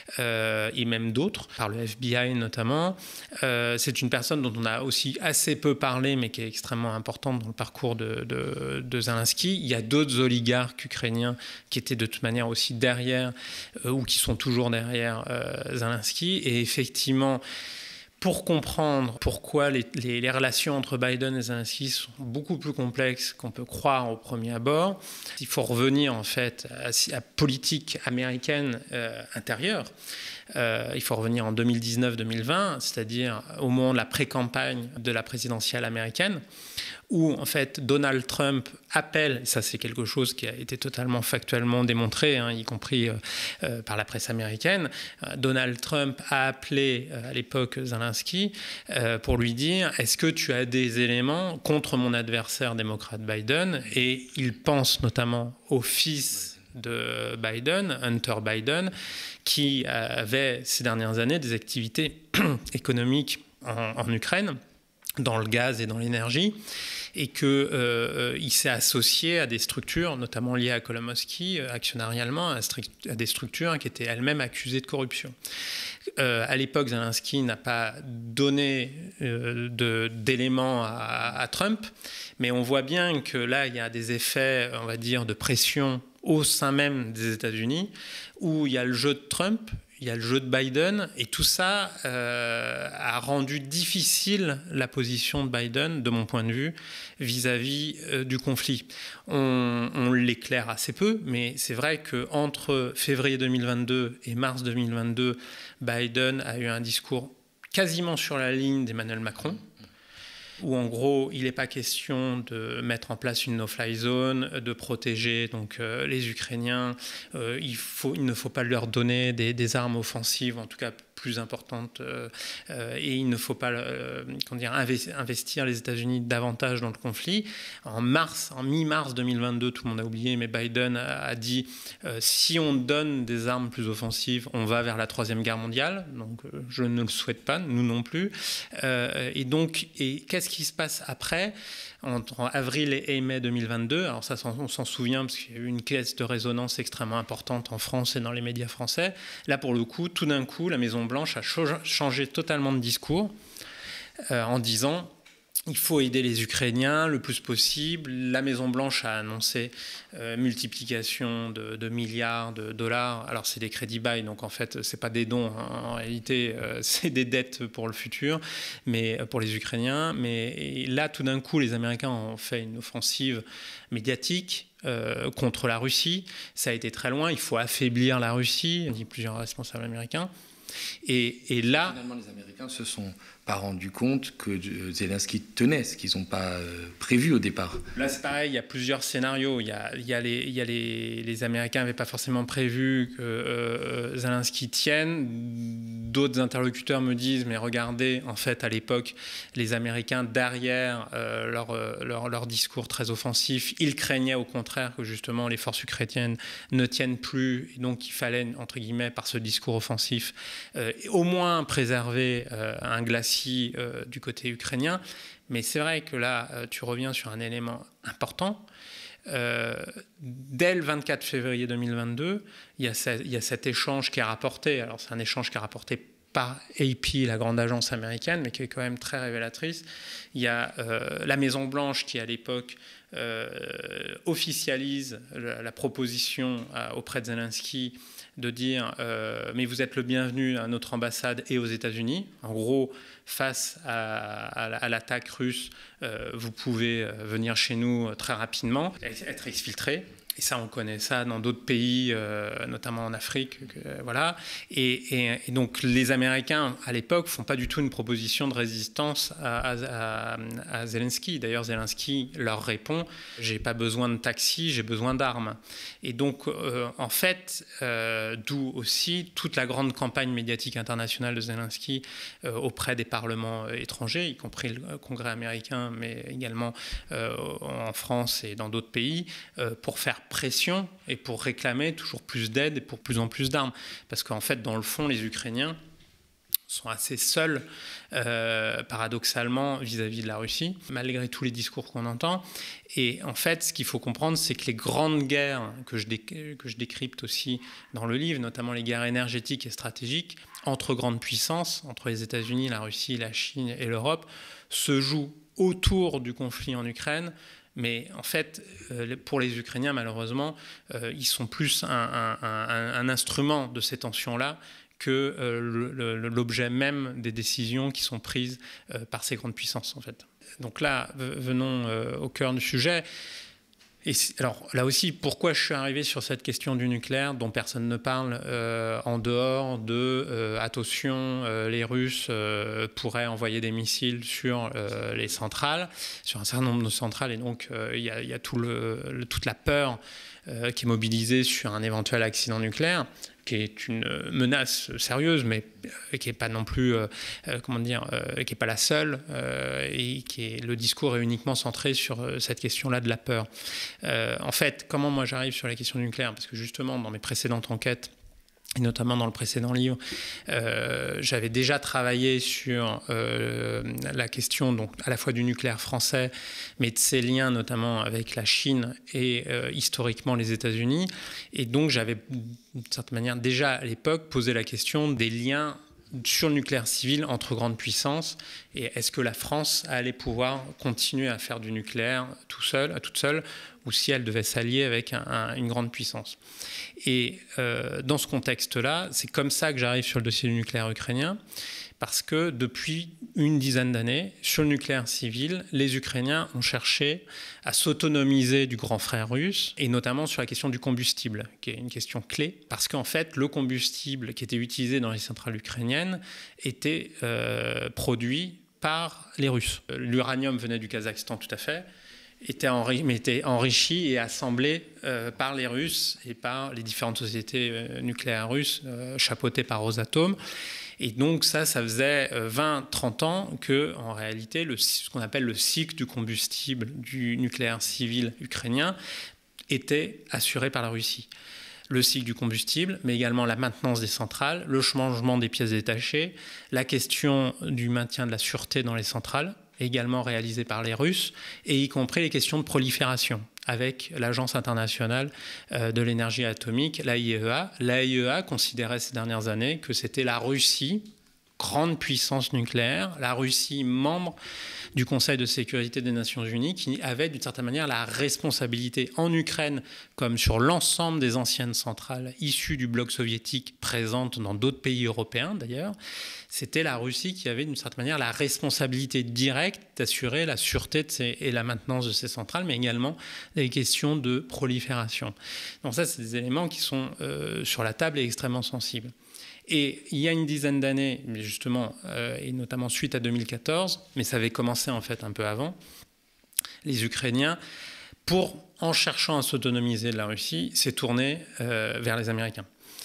euh, et même d'autres, par le F B I notamment. Euh, c'est une personne dont on a aussi assez peu parlé, mais qui est extrêmement importante dans le parcours de, de, de Zelensky. Il y a d'autres oligarques ukrainiens qui étaient de toute manière aussi derrière, euh, ou qui sont toujours derrière euh, Zelensky. Et effectivement, pour comprendre pourquoi les, les, les relations entre Biden et Zelensky sont beaucoup plus complexes qu'on peut croire au premier abord, il faut revenir en fait à la politique américaine euh, intérieure. Euh, il faut revenir en deux mille dix-neuf deux mille vingt, c'est-à-dire au moment de la pré-campagne de la présidentielle américaine, où en fait Donald Trump appelle, et ça c'est quelque chose qui a été totalement factuellement démontré, hein, y compris euh, euh, par la presse américaine, euh, Donald Trump a appelé euh, à l'époque Zelensky euh, pour lui dire « Est-ce que tu as des éléments contre mon adversaire démocrate Biden ?» Et il pense notamment au fils de Biden, Hunter Biden, qui avait ces dernières années des activités économiques en, en Ukraine, dans le gaz et dans l'énergie, et qu'il euh, s'est associé à des structures, notamment liées à Kolomoïski, euh, actionnarialement, à, à des structures qui étaient elles-mêmes accusées de corruption. Euh, à l'époque, Zelensky n'a pas donné euh, de, d'éléments à, à Trump, mais on voit bien que là, il y a des effets, on va dire, de pression au sein même des États-Unis, où il y a le jeu de Trump, il y a le jeu de Biden, et tout ça euh, a rendu difficile la position de Biden, de mon point de vue, vis-à-vis euh, du conflit. On, on l'éclaire assez peu, mais c'est vrai qu'entre février deux mille vingt-deux et mars deux mille vingt-deux, Biden a eu un discours quasiment sur la ligne d'Emmanuel Macron, où en gros, il n'est pas question de mettre en place une no-fly zone, de protéger donc, euh, les Ukrainiens. Euh, il, faut, il ne faut pas leur donner des, des armes offensives, en tout cas plus importantes, euh, euh, et il ne faut pas euh, comment dire, investir les États-Unis davantage dans le conflit. En mars, en mi-mars deux mille vingt-deux, tout le monde a oublié, mais Biden a, a dit euh, si on donne des armes plus offensives, on va vers la troisième guerre mondiale. Donc, euh, je ne le souhaite pas, nous non plus. Euh, et donc, et qu'est-ce qui se passe après, entre avril et mai deux mille vingt-deux? Alors ça, on s'en souvient parce qu'il y a eu une caisse de résonance extrêmement importante en France et dans les médias français. Là, pour le coup, tout d'un coup, la Maison-Blanche a changé totalement de discours euh, en disant il faut aider les Ukrainiens le plus possible. La Maison-Blanche a annoncé euh, multiplication de, de milliards de dollars. Alors, c'est des crédits bail, donc en fait, ce n'est pas des dons. Hein. En réalité, euh, c'est des dettes pour le futur, mais pour les Ukrainiens. Mais là, tout d'un coup, les Américains ont fait une offensive médiatique euh, contre la Russie. Ça a été très loin. Il faut affaiblir la Russie, dit plusieurs responsables américains. Et, et là... Finalement, les Américains se sont pas rendu compte que Zelensky tenait ce qu'ils n'ont pas euh, prévu au départ. Là, c'est pareil, il y a plusieurs scénarios. Il y a, il y a les, il y a les, les Américains n'avaient pas forcément prévu que euh, Zelensky tienne. D'autres interlocuteurs me disent, mais regardez, en fait, à l'époque, les Américains, derrière euh, leur, leur, leur discours très offensif, ils craignaient au contraire que justement les forces ukrainiennes ne tiennent plus. Et donc, il fallait, entre guillemets, par ce discours offensif, euh, au moins préserver euh, un glacier Euh, du côté ukrainien. Mais c'est vrai que là, euh, tu reviens sur un élément important. Euh, dès le vingt-quatre février deux mille vingt-deux, il y a, ce, il y a cet échange qui est rapporté. Alors, c'est un échange qui est rapporté par A P, la grande agence américaine, mais qui est quand même très révélatrice. Il y a euh, la Maison-Blanche qui, à l'époque, euh, officialise la, la proposition à, auprès de Zelensky de dire euh, mais vous êtes le bienvenu à notre ambassade et aux États-Unis. En gros, face à, à, à l'attaque russe, euh, vous pouvez venir chez nous très rapidement, être exfiltré. Et ça, on connaît ça dans d'autres pays, euh, notamment en Afrique. Que, voilà. Et, et, et donc, les Américains, à l'époque, ne font pas du tout une proposition de résistance à, à, à Zelensky. D'ailleurs, Zelensky leur répond « j'ai pas besoin de taxi, j'ai besoin d'armes ». Et donc, euh, en fait, euh, d'où aussi toute la grande campagne médiatique internationale de Zelensky euh, auprès des parlements étrangers, y compris le Congrès américain, mais également euh, en France et dans d'autres pays, euh, pour faire pression et pour réclamer toujours plus d'aide et pour plus en plus d'armes. Parce qu'en fait, dans le fond, les Ukrainiens sont assez seuls, euh, paradoxalement, vis-à-vis de la Russie, malgré tous les discours qu'on entend. Et en fait, ce qu'il faut comprendre, c'est que les grandes guerres que je, dé- que je décrypte aussi dans le livre, notamment les guerres énergétiques et stratégiques, entre grandes puissances, entre les États-Unis, la Russie, la Chine et l'Europe, se jouent autour du conflit en Ukraine. Mais en fait, pour les Ukrainiens, malheureusement, ils sont plus un, un, un, un instrument de ces tensions-là que l'objet même des décisions qui sont prises par ces grandes puissances, en fait. Donc là, venons au cœur du sujet. Et alors là aussi, pourquoi je suis arrivé sur cette question du nucléaire dont personne ne parle euh, en dehors de euh, attention, euh, les Russes euh, pourraient envoyer des missiles sur euh, les centrales, sur un certain nombre de centrales, et donc euh, il y a, y a tout le, le, toute la peur euh, qui est mobilisée sur un éventuel accident nucléaire, qui est une menace sérieuse, mais qui n'est pas non plus, euh, comment dire, euh, qui n'est pas la seule, euh, et qui est, le discours est uniquement centré sur euh, cette question-là de la peur. Euh, en fait, comment moi j'arrive sur la question du nucléaire? Parce que justement, dans mes précédentes enquêtes, et notamment dans le précédent livre, euh, j'avais déjà travaillé sur euh, la question donc, à la fois du nucléaire français, mais de ses liens notamment avec la Chine et euh, historiquement les États-Unis. Et donc j'avais, d'une certaine manière, déjà à l'époque, posé la question des liens sur le nucléaire civil entre grandes puissances, et est-ce que la France allait pouvoir continuer à faire du nucléaire tout seul, toute seule, ou si elle devait s'allier avec un, un, une grande puissance. Et euh, dans ce contexte-là, c'est comme ça que j'arrive sur le dossier du nucléaire ukrainien, parce que depuis une dizaine d'années, sur le nucléaire civil, les Ukrainiens ont cherché à s'autonomiser du grand frère russe, et notamment sur la question du combustible, qui est une question clé, parce qu'en fait, le combustible qui était utilisé dans les centrales ukrainiennes était euh, produit par les Russes. L'uranium venait du Kazakhstan, tout à fait, était, enri- mais était enrichi et assemblé euh, par les Russes et par les différentes sociétés euh, nucléaires russes, euh, chapeautées par Rosatom. Et donc ça, ça faisait vingt à trente ans que, en réalité, le, ce qu'on appelle le cycle du combustible du nucléaire civil ukrainien était assuré par la Russie. Le cycle du combustible, mais également la maintenance des centrales, le changement des pièces détachées, la question du maintien de la sûreté dans les centrales, également réalisée par les Russes, et y compris les questions de prolifération avec l'Agence internationale de l'énergie atomique, l'A I E A. L'A I E A considérait ces dernières années que c'était la Russie, grande puissance nucléaire, la Russie membre du Conseil de sécurité des Nations Unies, qui avait d'une certaine manière la responsabilité en Ukraine, comme sur l'ensemble des anciennes centrales issues du bloc soviétique présentes dans d'autres pays européens d'ailleurs. C'était la Russie qui avait d'une certaine manière la responsabilité directe d'assurer la sûreté de ces, et la maintenance de ces centrales, mais également les questions de prolifération. Donc ça, c'est des éléments qui sont euh, sur la table et extrêmement sensibles. Et il y a une dizaine d'années, mais justement, euh, et notamment suite à deux mille quatorze, mais ça avait commencé en fait un peu avant, les Ukrainiens, pour, en cherchant à s'autonomiser de la Russie, s'est tourné euh, vers les Américains.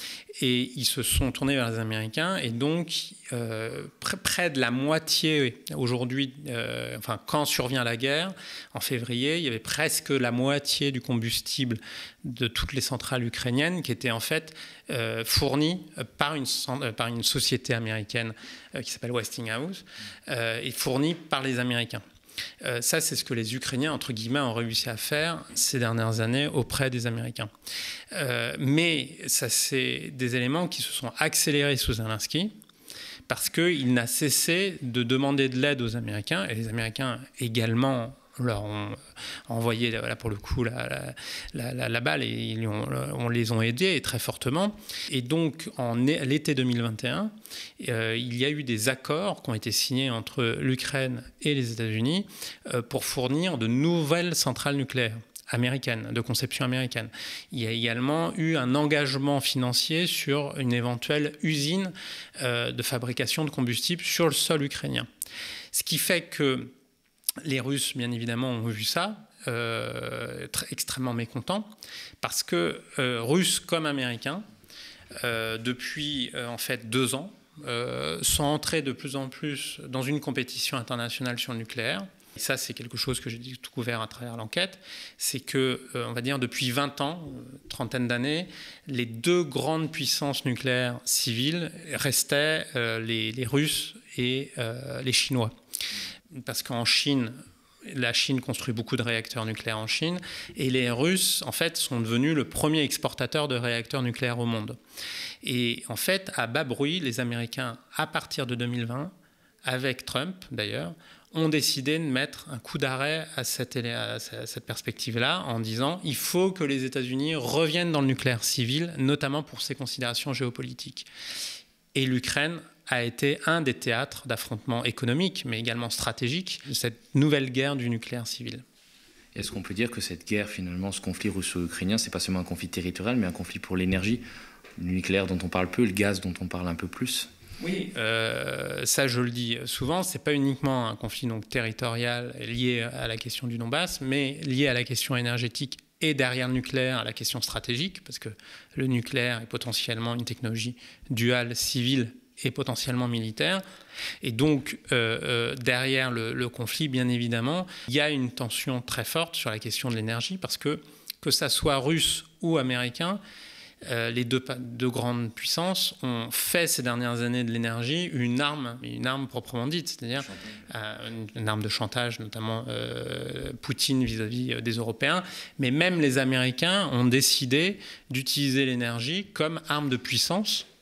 Et ils se sont tournés vers les Américains, et donc euh, pr- près de la moitié aujourd'hui, euh, enfin quand survient la guerre, en février, il y avait presque la moitié du combustible de toutes les centrales ukrainiennes qui était en fait euh, fournie par une, euh, par une société américaine euh, qui s'appelle Westinghouse, euh, et fournie par les Américains. Euh, ça, c'est ce que les Ukrainiens, entre guillemets, ont réussi à faire ces dernières années auprès des Américains. Euh, mais ça, c'est des éléments qui se sont accélérés sous Zelensky parce qu'il n'a cessé de demander de l'aide aux Américains, et les Américains également leur ont envoyé, là, pour le coup, la, la, la, la balle, et ils ont, on les ont aidés très fortement. Et donc, en l'été deux mille vingt et un, euh, il y a eu des accords qui ont été signés entre l'Ukraine et les États-Unis euh, pour fournir de nouvelles centrales nucléaires américaines, de conception américaine. Il y a également eu un engagement financier sur une éventuelle usine euh, de fabrication de combustible sur le sol ukrainien. Ce qui fait que les Russes, bien évidemment, ont vu ça, euh, très, extrêmement mécontents, parce que euh, Russes comme Américains, euh, depuis euh, en fait deux ans, euh, sont entrés de plus en plus dans une compétition internationale sur le nucléaire. Et ça, c'est quelque chose que j'ai découvert à travers l'enquête, c'est que, euh, on va dire, depuis vingt ans, une trentaine d'années, les deux grandes puissances nucléaires civiles restaient euh, les, les Russes et euh, les Chinois. Parce qu'en Chine, la Chine construit beaucoup de réacteurs nucléaires en Chine, et les Russes, en fait, sont devenus le premier exportateur de réacteurs nucléaires au monde. Et en fait, à bas bruit, les Américains, à partir de deux mille vingt, avec Trump d'ailleurs, ont décidé de mettre un coup d'arrêt à cette, à cette perspective-là, en disant il faut que les États-Unis reviennent dans le nucléaire civil, notamment pour ses considérations géopolitiques. Et l'Ukraine a été un des théâtres d'affrontements économiques, mais également stratégiques, de cette nouvelle guerre du nucléaire civil. Est-ce qu'on peut dire que cette guerre, finalement, ce conflit russo-ukrainien, c'est pas seulement un conflit territorial, mais un conflit pour l'énergie, le nucléaire dont on parle peu, le gaz dont on parle un peu plus? Oui, euh, ça je le dis souvent, c'est pas uniquement un conflit donc territorial lié à la question du Donbass, mais lié à la question énergétique et derrière le nucléaire à la question stratégique, parce que le nucléaire est potentiellement une technologie duale civile et potentiellement militaire. Et donc, euh, euh, derrière le, le conflit, bien évidemment, il y a une tension très forte sur la question de l'énergie, parce que, que ça soit russe ou américain, euh, les deux, deux grandes puissances ont fait ces dernières années de l'énergie une arme, une arme proprement dite, c'est-à-dire euh, une, une arme de chantage, notamment euh, Poutine vis-à-vis des Européens. Mais même les Américains ont décidé d'utiliser l'énergie comme arme de puissance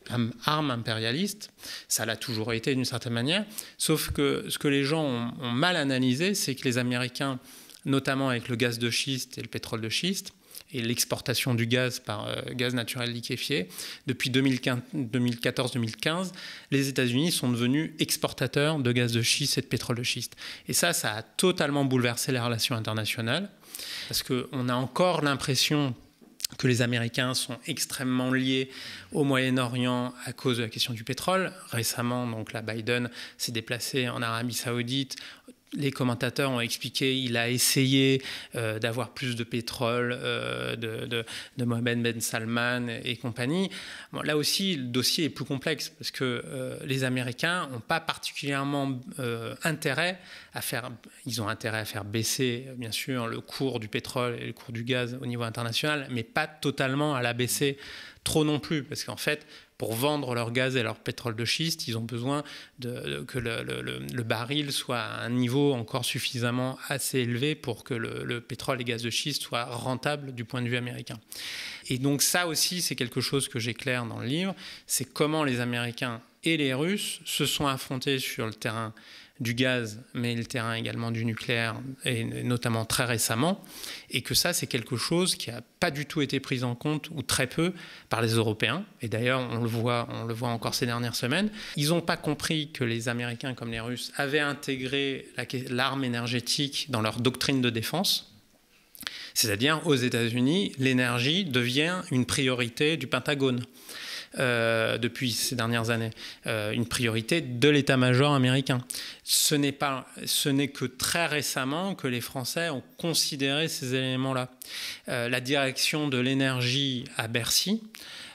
arme impérialiste. Ça l'a toujours été d'une certaine manière. Sauf que ce que les gens ont, ont mal analysé, c'est que les Américains, notamment avec le gaz de schiste et le pétrole de schiste, et l'exportation du gaz par euh, gaz naturel liquéfié, depuis deux mille quatorze deux mille quinze, les États-Unis sont devenus exportateurs de gaz de schiste et de pétrole de schiste. Et ça, ça a totalement bouleversé les relations internationales, parce qu'on a encore l'impression que les Américains sont extrêmement liés au Moyen-Orient à cause de la question du pétrole. Récemment, donc, la Biden s'est déplacé en Arabie Saoudite. Les commentateurs ont expliqué qu'il a essayé euh, d'avoir plus de pétrole euh, de, de, de Mohammed Ben Salman et compagnie. Bon, là aussi, le dossier est plus complexe parce que euh, les Américains n'ont pas particulièrement euh, intérêt à faire... Ils ont intérêt à faire baisser, bien sûr, le cours du pétrole et le cours du gaz au niveau international, mais pas totalement à la baisser trop non plus, parce qu'en fait, pour vendre leur gaz et leur pétrole de schiste, ils ont besoin de, de, que le, le, le baril soit à un niveau encore suffisamment assez élevé pour que le, le pétrole et gaz de schiste soient rentables du point de vue américain. Et donc ça aussi, c'est quelque chose que j'éclaire dans le livre, c'est comment les Américains et les Russes se sont affrontés sur le terrain du gaz, mais le terrain également du nucléaire, et notamment très récemment, et que ça, c'est quelque chose qui n'a pas du tout été pris en compte, ou très peu, par les Européens. Et d'ailleurs, on le voit, on le voit encore ces dernières semaines. Ils n'ont pas compris que les Américains, comme les Russes, avaient intégré la, l'arme énergétique dans leur doctrine de défense. C'est-à-dire, aux États-Unis, l'énergie devient une priorité du Pentagone. Euh, depuis ces dernières années, euh, une priorité de l'état-major américain. Ce n'est pas, ce n'est que très récemment que les Français ont considéré ces éléments-là. Euh, la direction de l'énergie à Bercy,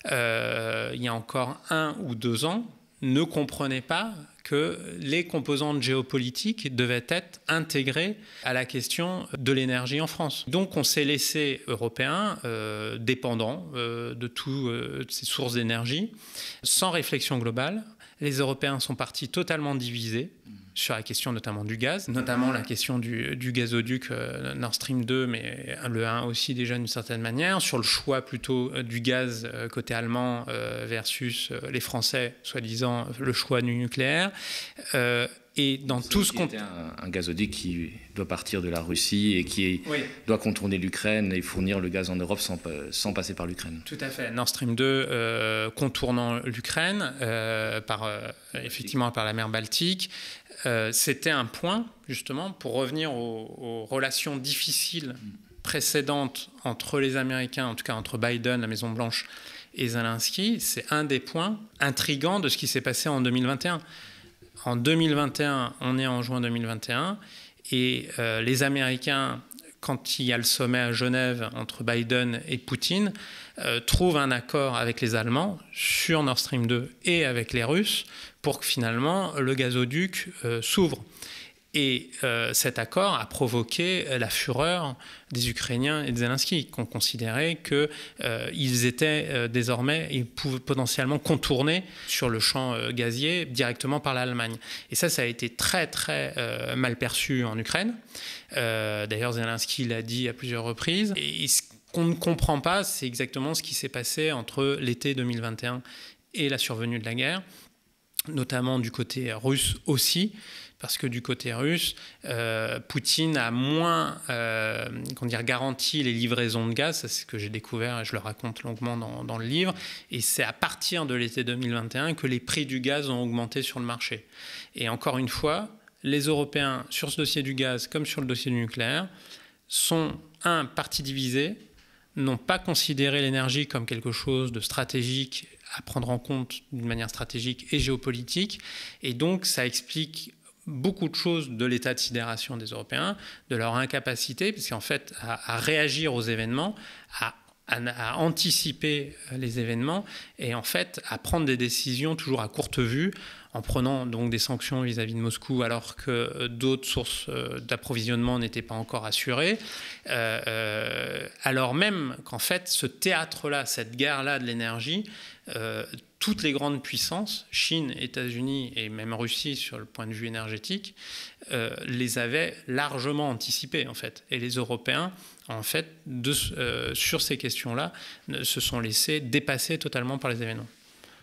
euh, il y a encore un ou deux ans, ne comprenait pas que les composantes géopolitiques devaient être intégrées à la question de l'énergie en France. Donc on s'est laissé, Européens, euh, dépendants euh, de toutes euh, ces sources d'énergie, sans réflexion globale. Les Européens sont partis totalement divisés sur la question notamment du gaz, notamment la question du, du gazoduc euh, Nord Stream deux, mais le un aussi déjà d'une certaine manière, sur le choix plutôt euh, du gaz euh, côté allemand euh, versus euh, les Français, soi-disant le choix du nucléaire. Euh, Et dans tout ce qu'on... Un, un gazoduc qui doit partir de la Russie et qui oui. doit contourner l'Ukraine et fournir le gaz en Europe sans, sans passer par l'Ukraine. Tout à fait. Nord Stream deux euh, contournant l'Ukraine, euh, par, euh, effectivement par la mer Baltique. Euh, c'était un point, justement, pour revenir aux, aux relations difficiles précédentes entre les Américains, en tout cas entre Biden, la Maison-Blanche, et Zelensky. C'est un des points intrigants de ce qui s'est passé en deux mille vingt et un. En deux mille vingt et un, on est en juin deux mille vingt et un, et euh, les Américains, quand il y a le sommet à Genève entre Biden et Poutine, euh, trouvent un accord avec les Allemands sur Nord Stream deux et avec les Russes pour que finalement le gazoduc euh, s'ouvre. Et euh, cet accord a provoqué la fureur des Ukrainiens et de Zelensky, qui ont considéré qu'ils euh, étaient euh, désormais, ils pouvaient potentiellement contourner sur le champ euh, gazier directement par l'Allemagne. Et ça, ça a été très, très euh, mal perçu en Ukraine. Euh, d'ailleurs, Zelensky l'a dit à plusieurs reprises. Et ce qu'on ne comprend pas, c'est exactement ce qui s'est passé entre l'été deux mille vingt et un et la survenue de la guerre, notamment du côté russe aussi. Parce que du côté russe, euh, Poutine a moins euh, comment dire, garanti les livraisons de gaz, c'est ce que j'ai découvert et je le raconte longuement dans, dans le livre, et c'est à partir de l'été deux mille vingt et un que les prix du gaz ont augmenté sur le marché. Et encore une fois, les Européens, sur ce dossier du gaz comme sur le dossier du nucléaire, sont, un, partis divisés, n'ont pas considéré l'énergie comme quelque chose de stratégique à prendre en compte d'une manière stratégique et géopolitique, et donc ça explique beaucoup de choses de l'état de sidération des Européens, de leur incapacité, puisqu'en fait, à, à réagir aux événements, à, à, à anticiper les événements et en fait à prendre des décisions toujours à courte vue, en prenant donc des sanctions vis-à-vis de Moscou alors que d'autres sources d'approvisionnement n'étaient pas encore assurées, euh, euh, alors même qu'en fait ce théâtre-là, cette guerre-là de l'énergie, euh, toutes les grandes puissances, Chine, États-Unis et même Russie sur le point de vue énergétique, euh, les avaient largement anticipées en fait. Et les Européens, en fait, de, euh, sur ces questions-là, se sont laissés dépasser totalement par les événements.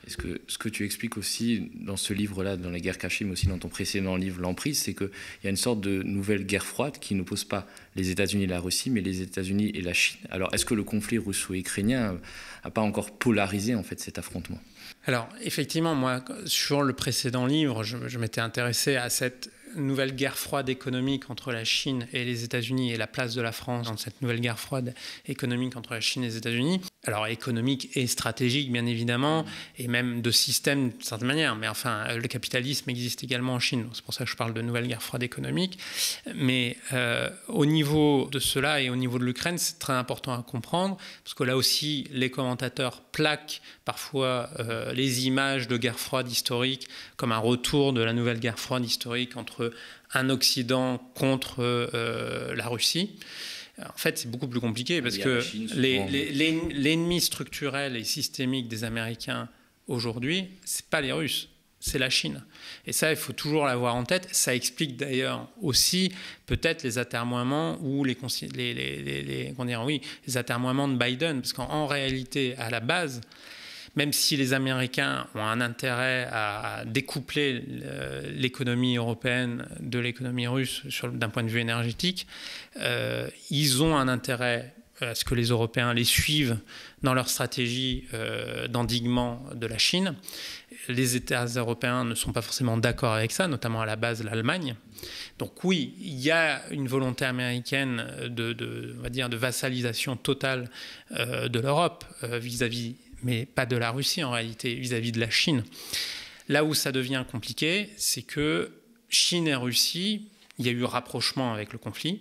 Et ce que, ce que tu expliques aussi dans ce livre-là, dans Les guerres cachées, mais aussi dans ton précédent livre, L'Emprise, c'est qu'il y a une sorte de nouvelle guerre froide qui n'oppose pas les États-Unis et la Russie, mais les États-Unis et la Chine. Alors, est-ce que le conflit russo-ukrainien n'a pas encore polarisé en fait, cet affrontement ? Alors, effectivement, moi, sur le précédent livre, je, je m'étais intéressé à cette nouvelle guerre froide économique entre la Chine et les États-Unis et la place de la France dans cette nouvelle guerre froide économique entre la Chine et les États-Unis. Alors économique et stratégique, bien évidemment, et même de système d'une certaine manière. Mais enfin, le capitalisme existe également en Chine. C'est pour ça que je parle de nouvelle guerre froide économique. Mais euh, au niveau de cela et au niveau de l'Ukraine, c'est très important à comprendre, parce que là aussi, les commentateurs plaquent parfois euh, les images de guerre froide historique comme un retour de la nouvelle guerre froide historique entre un Occident contre euh, la Russie. En fait, c'est beaucoup plus compliqué parce que les, les, les, l'ennemi structurel et systémique des Américains aujourd'hui, ce n'est pas les Russes, c'est la Chine. Et ça, il faut toujours l'avoir en tête. Ça explique d'ailleurs aussi peut-être les atermoiements ou les, les, les, les, les, comment dire, oui, les atermoiements de Biden. Parce qu'en réalité, à la base, même si les Américains ont un intérêt à découpler l'économie européenne de l'économie russe d'un point de vue énergétique, euh, ils ont un intérêt à ce que les Européens les suivent dans leur stratégie euh, d'endiguement de la Chine. Les États européens ne sont pas forcément d'accord avec ça, notamment à la base l'Allemagne. Donc oui, il y a une volonté américaine de, de, on va dire, de vassalisation totale euh, de l'Europe euh, vis-à-vis, mais pas de la Russie en réalité, vis-à-vis de la Chine. Là où ça devient compliqué, c'est que Chine et Russie, il y a eu rapprochement avec le conflit.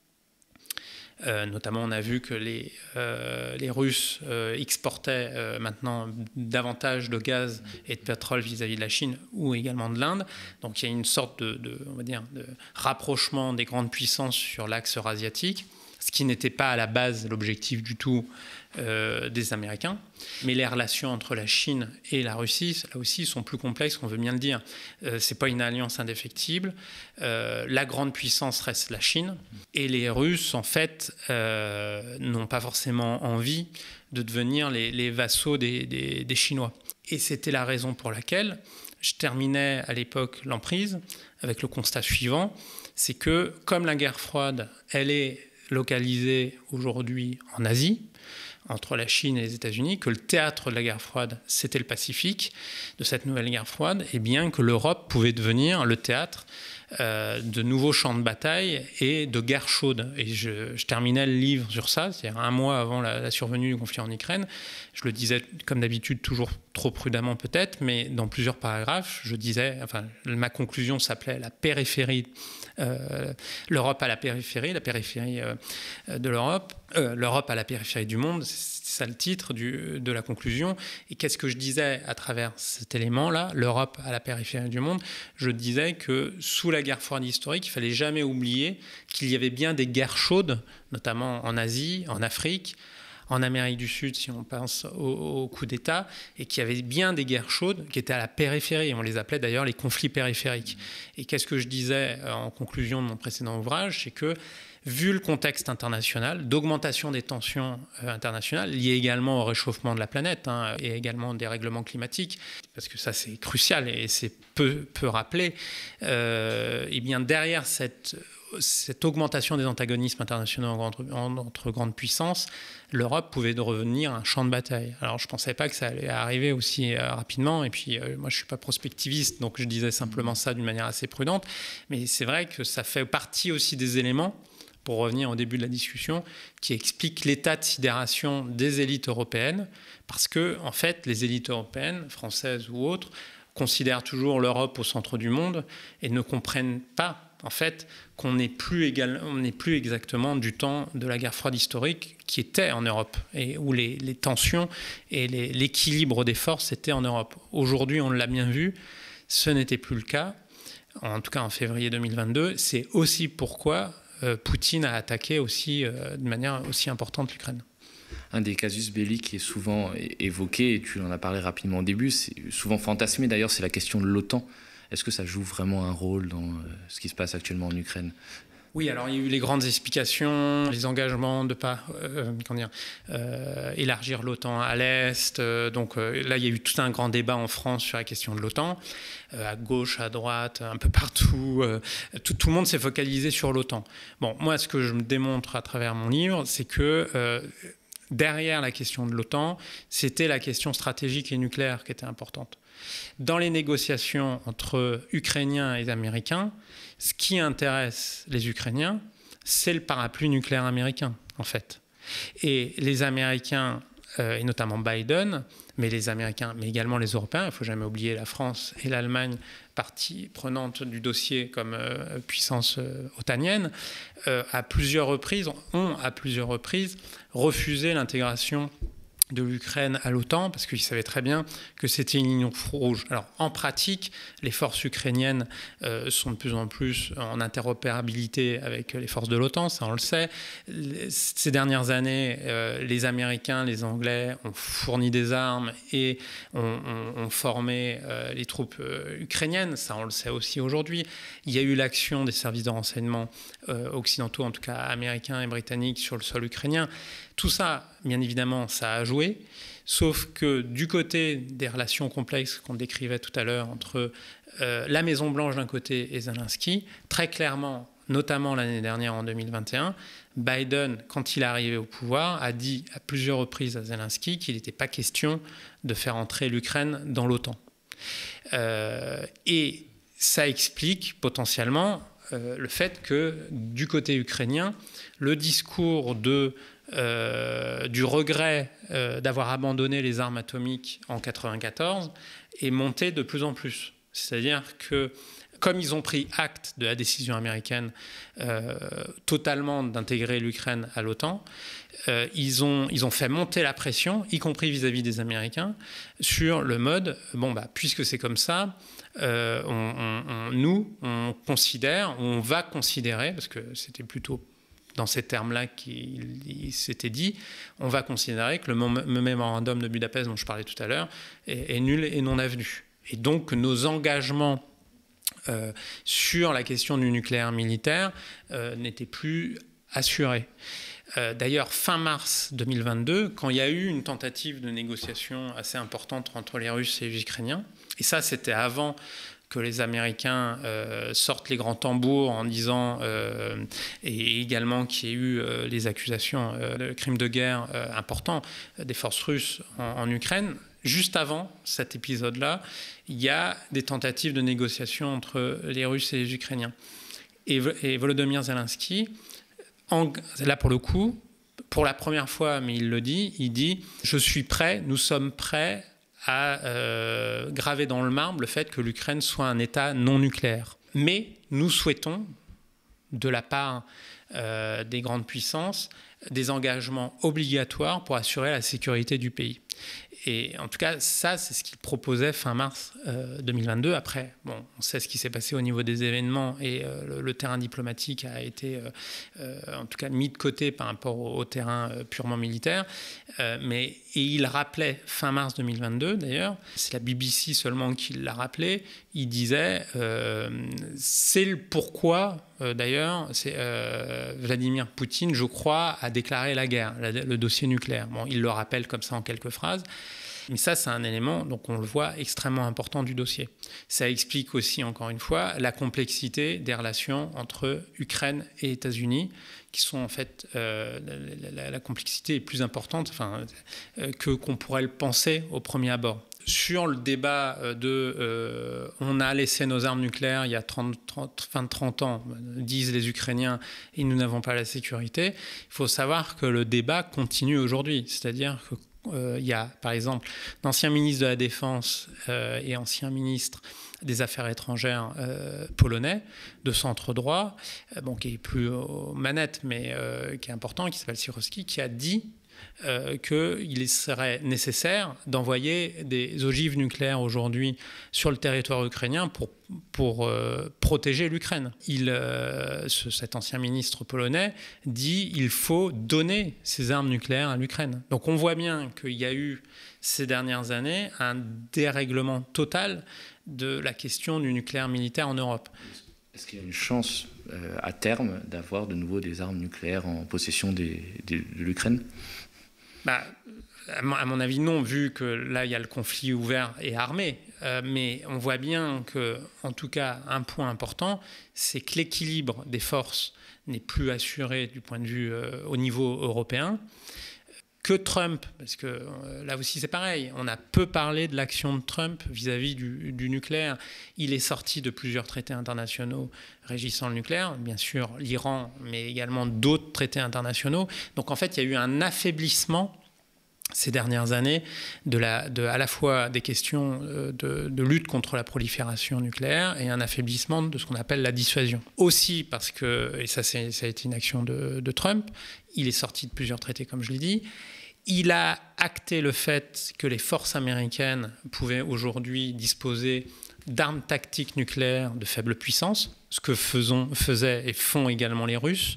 Euh, notamment, on a vu que les, euh, les Russes euh, exportaient euh, maintenant davantage de gaz et de pétrole vis-à-vis de la Chine ou également de l'Inde. Donc il y a une sorte de, de, on va dire, de rapprochement des grandes puissances sur l'axe eurasiatique, ce qui n'était pas à la base l'objectif du tout euh, des Américains. Mais les relations entre la Chine et la Russie, là aussi, sont plus complexes, on veut bien le dire. Euh, ce n'est pas une alliance indéfectible. Euh, la grande puissance reste la Chine. Et les Russes, en fait, euh, n'ont pas forcément envie de devenir les, les vassaux des, des, des Chinois. Et c'était la raison pour laquelle je terminais à l'époque l'Emprise avec le constat suivant, c'est que comme la guerre froide, elle est localisée aujourd'hui en Asie, entre la Chine et les États-Unis, que le théâtre de la guerre froide, c'était le Pacifique, de cette nouvelle guerre froide, et bien que l'Europe pouvait devenir le théâtre euh, de nouveaux champs de bataille et de guerres chaudes. Et je, je terminais le livre sur ça, c'est-à-dire un mois avant la, la survenue du conflit en Ukraine. Je le disais, comme d'habitude, toujours trop prudemment peut-être, mais dans plusieurs paragraphes, je disais, enfin, ma conclusion s'appelait « La périphérie Euh, l'Europe à la périphérie, la périphérie euh, de l'Europe, euh, l'Europe à la périphérie du monde », c'est ça le titre du, de la conclusion. Et qu'est-ce que je disais à travers cet élément-là, l'Europe à la périphérie du monde? Je disais que sous la guerre froide historique, il ne fallait jamais oublier qu'il y avait bien des guerres chaudes, notamment en Asie, en Afrique, en Amérique du Sud, si on pense au, au coup d'État, et qu'il y avait bien des guerres chaudes qui étaient à la périphérie. On les appelait d'ailleurs les conflits périphériques. Et qu'est-ce que je disais en conclusion de mon précédent ouvrage? C'est que, vu le contexte international, d'augmentation des tensions internationales, liées également au réchauffement de la planète hein, et également des règlements climatiques, parce que ça c'est crucial et c'est peu, peu rappelé, euh, et bien derrière cette... cette augmentation des antagonismes internationaux entre, entre grandes puissances, l'Europe pouvait devenir un champ de bataille. Alors je ne pensais pas que ça allait arriver aussi euh, rapidement, et puis euh, moi je ne suis pas prospectiviste, donc je disais simplement ça d'une manière assez prudente, mais c'est vrai que ça fait partie aussi des éléments, pour revenir au début de la discussion, qui expliquent l'état de sidération des élites européennes, parce que en fait les élites européennes, françaises ou autres, considèrent toujours l'Europe au centre du monde et ne comprennent pas en fait, qu'on n'est plus, égal, on n'est plus exactement du temps de la guerre froide historique qui était en Europe et où les, les tensions et les, l'équilibre des forces étaient en Europe. Aujourd'hui, on l'a bien vu, ce n'était plus le cas, en tout cas en février deux mille vingt-deux. C'est aussi pourquoi euh, Poutine a attaqué aussi, euh, de manière aussi importante l'Ukraine. Un des casus belli qui est souvent évoqué, et tu en as parlé rapidement au début, c'est souvent fantasmé d'ailleurs, c'est la question de l'OTAN. Est-ce que ça joue vraiment un rôle dans ce qui se passe actuellement en Ukraine? Oui, alors il y a eu les grandes explications, les engagements de ne pas euh, comment dire, euh, élargir l'OTAN à l'Est. Euh, donc euh, là, il y a eu tout un grand débat en France sur la question de l'OTAN, euh, à gauche, à droite, un peu partout. Euh, tout, tout le monde s'est focalisé sur l'OTAN. Bon, moi, ce que je me démontre à travers mon livre, c'est que euh, derrière la question de l'OTAN, c'était la question stratégique et nucléaire qui était importante. Dans les négociations entre Ukrainiens et Américains, ce qui intéresse les Ukrainiens, c'est le parapluie nucléaire américain, en fait. Et les Américains, euh, et notamment Biden, mais les Américains, mais également les Européens, il ne faut jamais oublier la France et l'Allemagne, partie prenante du dossier comme euh, puissance euh, otanienne, euh, à plusieurs reprises, ont à plusieurs reprises refusé l'intégration de l'Ukraine à l'OTAN, parce qu'ils savaient très bien que c'était une ligne rouge. Alors, en pratique, les forces ukrainiennes euh, sont de plus en plus en interopérabilité avec les forces de l'OTAN, ça on le sait. Ces dernières années, euh, les Américains, les Anglais ont fourni des armes et ont, ont, ont formé euh, les troupes euh, ukrainiennes, ça on le sait aussi aujourd'hui. Il y a eu l'action des services de renseignement euh, occidentaux, en tout cas américains et britanniques, sur le sol ukrainien. Tout ça, bien évidemment, ça a joué, sauf que du côté des relations complexes qu'on décrivait tout à l'heure entre euh, la Maison-Blanche d'un côté et Zelensky, très clairement, notamment l'année dernière en deux mille vingt et un, Biden, quand il est arrivé au pouvoir, a dit à plusieurs reprises à Zelensky qu'il n'était pas question de faire entrer l'Ukraine dans l'OTAN. Euh, et ça explique potentiellement euh, le fait que du côté ukrainien, le discours de Euh, du regret euh, d'avoir abandonné les armes atomiques en mille neuf cent quatre-vingt-quatorze est monté de plus en plus. C'est-à-dire que, comme ils ont pris acte de la décision américaine euh, totalement d'intégrer l'Ukraine à l'OTAN, euh, ils, ont, ils ont fait monter la pression, y compris vis-à-vis des Américains, sur le mode, bon, bah, puisque c'est comme ça, euh, on, on, on, nous, on considère, on va considérer, parce que c'était plutôt dans ces termes-là qu'il s'était dit, on va considérer que le mémorandum de Budapest dont je parlais tout à l'heure est, est nul et non avenu. Et donc nos engagements euh, sur la question du nucléaire militaire euh, n'étaient plus assurés. Euh, D'ailleurs, fin mars deux mille vingt-deux, quand il y a eu une tentative de négociation assez importante entre les Russes et les Ukrainiens, et ça c'était avant que les Américains euh, sortent les grands tambours en disant, euh, et également qu'il y ait eu euh, les accusations euh, de crimes de guerre euh, importants des forces russes en, en Ukraine. Juste avant cet épisode-là, il y a des tentatives de négociation entre les Russes et les Ukrainiens. Et, et Volodymyr Zelensky, en, là pour le coup, pour la première fois, mais il le dit, il dit « Je suis prêt, nous sommes prêts » à euh, graver dans le marbre le fait que l'Ukraine soit un État non nucléaire. Mais nous souhaitons, de la part euh, des grandes puissances, des engagements obligatoires pour assurer la sécurité du pays. Et en tout cas, ça, c'est ce qu'il proposait fin mars euh, deux mille vingt-deux. Après, bon, on sait ce qui s'est passé au niveau des événements et euh, le, le terrain diplomatique a été, euh, euh, en tout cas, mis de côté par rapport au, au terrain euh, purement militaire. Euh, mais, et il rappelait, fin mars deux mille vingt-deux, d'ailleurs, c'est la B B C seulement qui l'a rappelé, il disait, euh, c'est le pourquoi, euh, d'ailleurs, c'est, euh, Vladimir Poutine, je crois, a déclaré la guerre, la, le dossier nucléaire. Bon, il le rappelle comme ça en quelques phrases. Mais ça, c'est un élément, donc on le voit, extrêmement important du dossier. Ça explique aussi, encore une fois, la complexité des relations entre Ukraine et États-Unis, qui sont en fait, euh, la, la, la complexité est plus importante enfin, euh, que qu'on pourrait le penser au premier abord. Sur le débat de euh, on a laissé nos armes nucléaires il y a trente, trente, vingt, trente ans, disent les Ukrainiens, et nous n'avons pas la sécurité, il faut savoir que le débat continue aujourd'hui. C'est-à-dire que Euh, il y a, par exemple, l'ancien ministre de la Défense euh, et ancien ministre des Affaires étrangères euh, polonais de centre droit, euh, bon, qui est plus aux manettes, mais euh, qui est important, qui s'appelle Sirowski, qui a dit euh, qu'il serait nécessaire d'envoyer des ogives nucléaires aujourd'hui sur le territoire ukrainien pour, pour euh, protéger l'Ukraine. Il, euh, ce, cet ancien ministre polonais dit qu'il faut donner ces armes nucléaires à l'Ukraine. Donc on voit bien qu'il y a eu ces dernières années un dérèglement total de la question du nucléaire militaire en Europe. Est-ce qu'il y a une chance euh, à terme d'avoir de nouveau des armes nucléaires en possession des, des, de l'Ukraine ? Bah, à mon avis, non, vu que là, il y a le conflit ouvert et armé. Euh, mais on voit bien que, en tout cas, un point important, c'est que l'équilibre des forces n'est plus assuré du point de vue euh, au niveau européen. Que Trump, parce que euh, là aussi c'est pareil, on a peu parlé de l'action de Trump vis-à-vis du, du nucléaire. Il est sorti de plusieurs traités internationaux régissant le nucléaire, bien sûr l'Iran, mais également d'autres traités internationaux. Donc en fait, il y a eu un affaiblissement ces dernières années de la, de, à la fois des questions de, de lutte contre la prolifération nucléaire et un affaiblissement de ce qu'on appelle la dissuasion. Aussi parce que, et ça, c'est, ça a été une action de, de Trump, il est sorti de plusieurs traités comme je l'ai dit, il a acté le fait que les forces américaines pouvaient aujourd'hui disposer d'armes tactiques nucléaires de faible puissance, ce que faisons, faisaient et font également les Russes.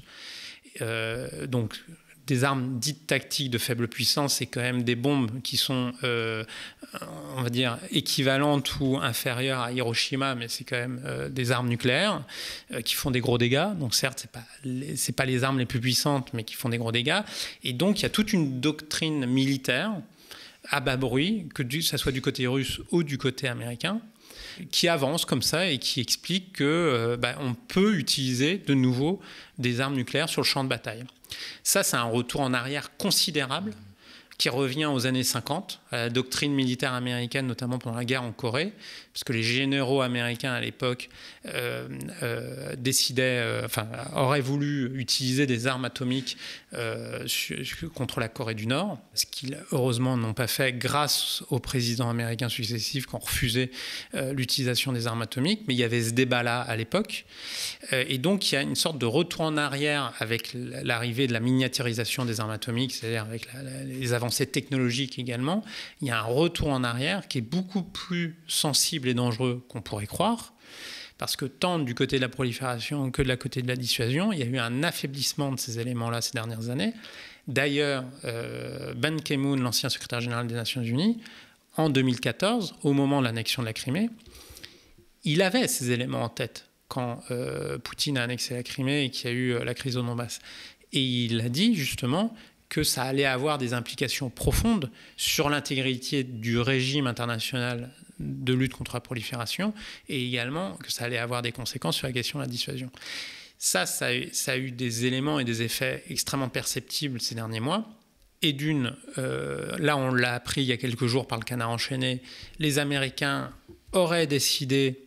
Euh, donc, des armes dites tactiques de faible puissance, c'est quand même des bombes qui sont, euh, on va dire, équivalentes ou inférieures à Hiroshima, mais c'est quand même euh, des armes nucléaires euh, qui font des gros dégâts. Donc certes, c'est pas les, c'est pas les armes les plus puissantes, mais qui font des gros dégâts. Et donc, il y a toute une doctrine militaire à bas bruit, que du, ça soit du côté russe ou du côté américain, qui avance comme ça et qui explique qu'on euh, bah, peut utiliser de nouveau des armes nucléaires sur le champ de bataille. Ça, c'est un retour en arrière considérable qui revient aux années cinquante, à la doctrine militaire américaine, notamment pendant la guerre en Corée, parce que les généraux américains à l'époque euh, euh, décidaient, euh, enfin, auraient voulu utiliser des armes atomiques euh, contre la Corée du Nord, ce qu'ils heureusement n'ont pas fait grâce aux présidents américains successifs qui ont refusé euh, l'utilisation des armes atomiques, mais il y avait ce débat-là à l'époque, euh, et donc il y a une sorte de retour en arrière avec l'arrivée de la miniaturisation des armes atomiques, c'est-à-dire avec la, la, les avancées technologiques également. Il y a un retour en arrière qui est beaucoup plus sensible et dangereux qu'on pourrait croire, parce que tant du côté de la prolifération que de la côté de la dissuasion, il y a eu un affaiblissement de ces éléments-là ces dernières années. D'ailleurs, euh, Ban Ki-moon, l'ancien secrétaire général des Nations Unies, en deux mille quatorze, au moment de l'annexion de la Crimée, il avait ces éléments en tête quand euh, Poutine a annexé la Crimée et qu'il y a eu euh, la crise au Donbass. Et il a dit justement que ça allait avoir des implications profondes sur l'intégrité du régime international de lutte contre la prolifération et également que ça allait avoir des conséquences sur la question de la dissuasion. Ça, ça a, eu, ça a eu des éléments et des effets extrêmement perceptibles ces derniers mois. Et d'une, euh, là on l'a appris il y a quelques jours par le Canard enchaîné, les Américains auraient décidé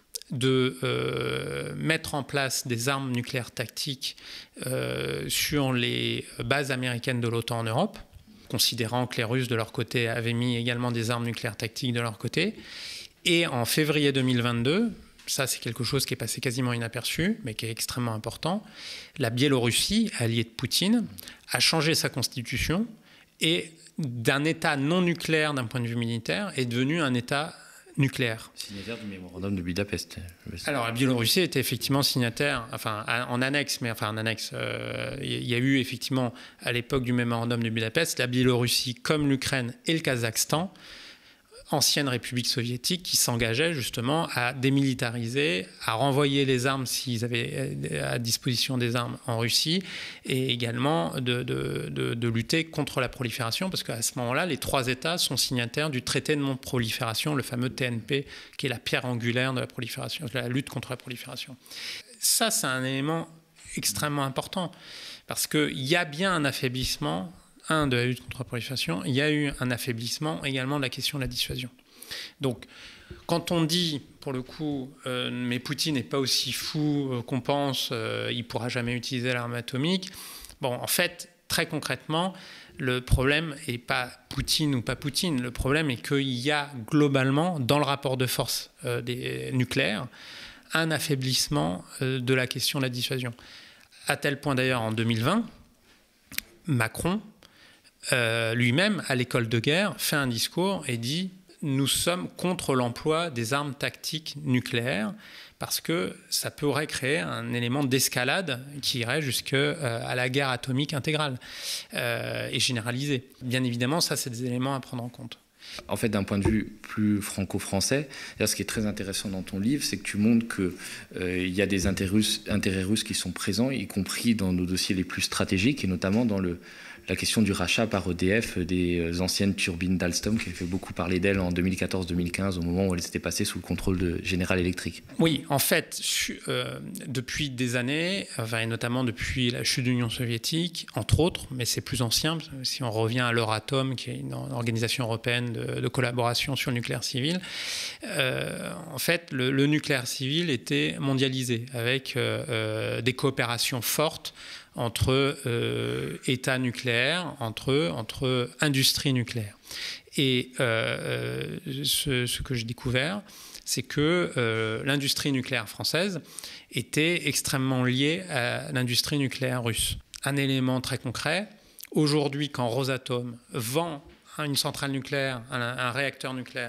de euh, mettre en place des armes nucléaires tactiques euh, sur les bases américaines de l'OTAN en Europe, considérant que les Russes, de leur côté, avaient mis également des armes nucléaires tactiques de leur côté. Et en février deux mille vingt-deux, ça c'est quelque chose qui est passé quasiment inaperçu, mais qui est extrêmement important, la Biélorussie, alliée de Poutine, a changé sa constitution et d'un État non nucléaire d'un point de vue militaire est devenu un État nucléaire. Signataire du mémorandum de Budapest. Alors la Biélorussie était effectivement signataire, enfin en annexe, mais enfin en annexe, euh, il y a eu effectivement à l'époque du mémorandum de Budapest, la Biélorussie comme l'Ukraine et le Kazakhstan, ancienne république soviétique, qui s'engageaient justement à démilitariser, à renvoyer les armes s'ils avaient à disposition des armes en Russie, et également de, de, de, de lutter contre la prolifération, parce qu'à ce moment-là, les trois États sont signataires du traité de non-prolifération, le fameux T N P, qui est la pierre angulaire de la prolifération, de la lutte contre la prolifération. Ça, c'est un élément extrêmement important, parce qu'il y a bien un affaiblissement un, de la lutte contre la prolifération, il y a eu un affaiblissement également de la question de la dissuasion. Donc, quand on dit, pour le coup, euh, mais Poutine n'est pas aussi fou euh, qu'on pense, euh, il ne pourra jamais utiliser l'arme atomique, bon, en fait, très concrètement, le problème n'est pas Poutine ou pas Poutine, le problème est qu'il y a globalement, dans le rapport de force euh, des nucléaires, un affaiblissement euh, de la question de la dissuasion. À tel point d'ailleurs, en deux mille vingt, Macron, Euh, lui-même, à l'école de guerre, fait un discours et dit « Nous sommes contre l'emploi des armes tactiques nucléaires parce que ça pourrait créer un élément d'escalade qui irait jusqu'à euh, la guerre atomique intégrale euh, et généralisée. » Bien évidemment, ça, c'est des éléments à prendre en compte. En fait, d'un point de vue plus franco-français, ce qui est très intéressant dans ton livre, c'est que tu montres qu'il euh, y a des intérêts russes, intérêts russes qui sont présents, y compris dans nos dossiers les plus stratégiques, et notamment dans le, la question du rachat par E D F des anciennes turbines d'Alstom, qui avait fait beaucoup parler d'elles en deux mille quatorze deux mille quinze, au moment où elles étaient passées sous le contrôle de General Electric. Oui, en fait, euh, depuis des années, enfin, et notamment depuis la chute de l'Union soviétique, entre autres, mais c'est plus ancien, si on revient à l'Euratom, qui est une organisation européenne de, de collaboration sur le nucléaire civil, euh, en fait, le, le nucléaire civil était mondialisé, avec euh, euh, des coopérations fortes entre euh, États nucléaires, entre, entre industries nucléaires. Et euh, ce, ce que j'ai découvert, c'est que euh, l'industrie nucléaire française était extrêmement liée à l'industrie nucléaire russe. Un élément très concret, aujourd'hui, quand Rosatom vend une centrale nucléaire, un, un réacteur nucléaire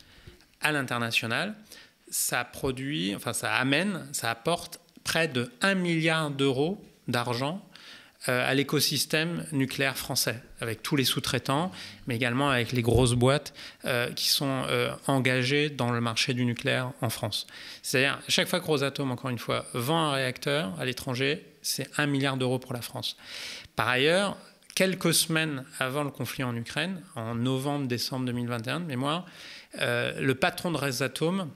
à l'international, ça produit, enfin ça amène, ça apporte près de un milliard d'euros d'argent euh, à l'écosystème nucléaire français, avec tous les sous-traitants, mais également avec les grosses boîtes euh, qui sont euh, engagées dans le marché du nucléaire en France. C'est-à-dire, chaque fois que Rosatom, encore une fois, vend un réacteur à l'étranger, c'est un milliard d'euros pour la France. Par ailleurs, quelques semaines avant le conflit en Ukraine, en novembre-décembre deux mille vingt et un de mémoire, euh, le patron de Rosatom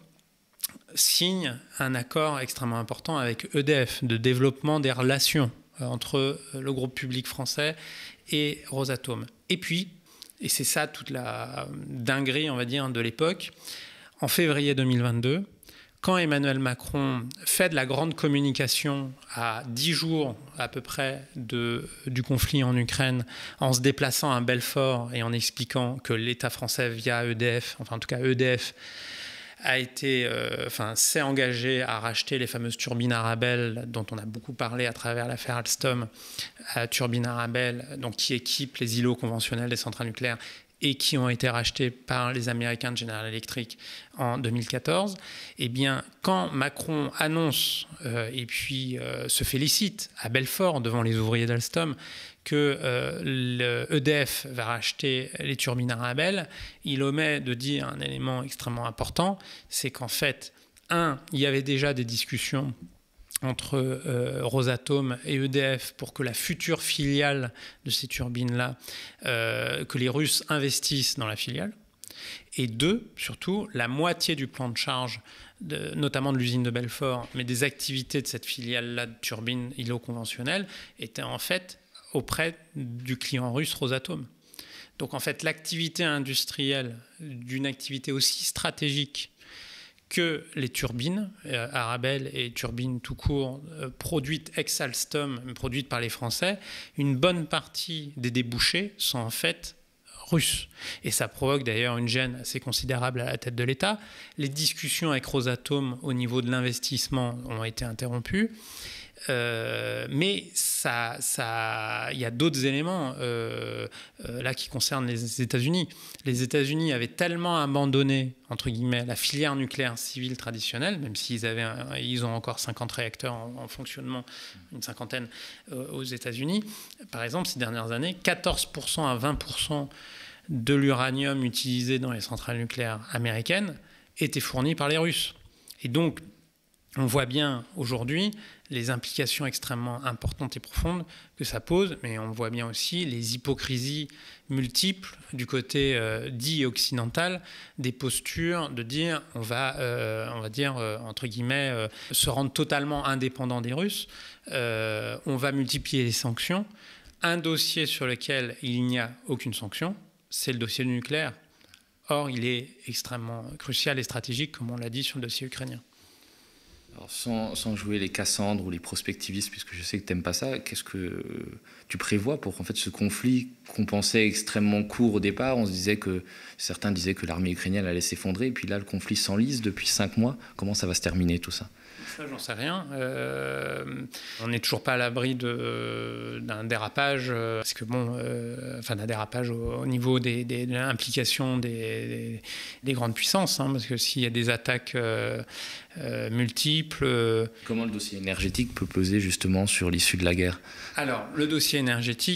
signe un accord extrêmement important avec E D F de développement des relations entre le groupe public français et Rosatom. Et puis, et c'est ça toute la dinguerie, on va dire, de l'époque, en février deux mille vingt-deux, quand Emmanuel Macron fait de la grande communication à dix jours à peu près de, du conflit en Ukraine, en se déplaçant à Belfort et en expliquant que l'État français, via E D F, enfin en tout cas E D F, a été, euh, enfin, s'est engagé à racheter les fameuses turbines Arabelle, dont on a beaucoup parlé à travers l'affaire Alstom, à turbines Arabelle, donc qui équipent les îlots conventionnels des centrales nucléaires et qui ont été rachetés par les Américains de General Electric en deux mille quatorze, eh bien, quand Macron annonce euh, et puis euh, se félicite à Belfort devant les ouvriers d'Alstom que euh, le E D F va racheter les turbines Arabelle, il omet de dire un élément extrêmement important, c'est qu'en fait, un, il y avait déjà des discussions entre euh, Rosatom et E D F pour que la future filiale de ces turbines-là, euh, que les Russes investissent dans la filiale. Et deux, surtout, la moitié du plan de charge, de, notamment de l'usine de Belfort, mais des activités de cette filiale-là de turbines îlots conventionnelles, était en fait auprès du client russe Rosatom. Donc en fait, l'activité industrielle d'une activité aussi stratégique que les turbines, euh, Arabelle et turbines tout court, euh, produites ex-Alstom, produites par les Français, une bonne partie des débouchés sont en fait russes. Et ça provoque d'ailleurs une gêne assez considérable à la tête de l'État. Les discussions avec Rosatom au niveau de l'investissement ont été interrompues. Euh, mais ça, ça, il y a d'autres éléments euh, euh, là qui concernent les États-Unis. Les États-Unis avaient tellement abandonné entre guillemets la filière nucléaire civile traditionnelle, même s'ils avaient, un, ils ont encore cinquante réacteurs en, en fonctionnement, une cinquantaine euh, aux États-Unis. Par exemple, ces dernières années, quatorze pour cent à vingt pour cent de l'uranium utilisé dans les centrales nucléaires américaines était fourni par les Russes. Et donc, on voit bien aujourd'hui les implications extrêmement importantes et profondes que ça pose, mais on voit bien aussi les hypocrisies multiples du côté euh, dit occidental des postures de dire on va, euh, on va dire euh, entre guillemets euh, se rendre totalement indépendant des Russes, euh, on va multiplier les sanctions. Un dossier sur lequel il n'y a aucune sanction, c'est le dossier du nucléaire. Or, il est extrêmement crucial et stratégique, comme on l'a dit sur le dossier ukrainien. Alors sans, sans jouer les Cassandres ou les prospectivistes, puisque je sais que tu n'aimes pas ça, qu'est-ce que tu prévois pour en fait, ce conflit qu'on pensait extrêmement court au départ? On se disait que, certains disaient que l'armée ukrainienne allait s'effondrer, et puis là, le conflit s'enlise depuis cinq mois. Comment ça va se terminer, tout ça? Ça, j'en sais rien. Euh, on n'est toujours pas à l'abri de, d'un dérapage, euh, parce que bon, euh, enfin d'un dérapage au, au niveau des, des, de l'implication des, des, des grandes puissances, hein, parce que s'il y a des attaques euh, euh, multiples. Euh, Comment le dossier énergétique peut peser justement sur l'issue de la guerre? Alors, le dossier énergétique,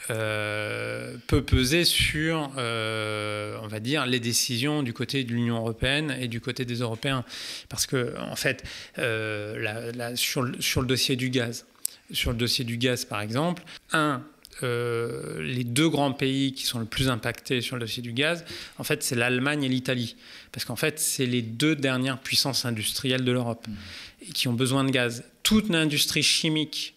euh, peut peser sur, euh, on va dire, les décisions du côté de l'Union européenne et du côté des Européens. Parce que, en fait, euh, la, la, sur, le, sur le dossier du gaz, sur le dossier du gaz, par exemple, un, euh, les deux grands pays qui sont le plus impactés sur le dossier du gaz, en fait, c'est l'Allemagne et l'Italie. Parce qu'en fait, c'est les deux dernières puissances industrielles de l'Europe mmh. qui ont besoin de gaz. Toute l'industrie chimique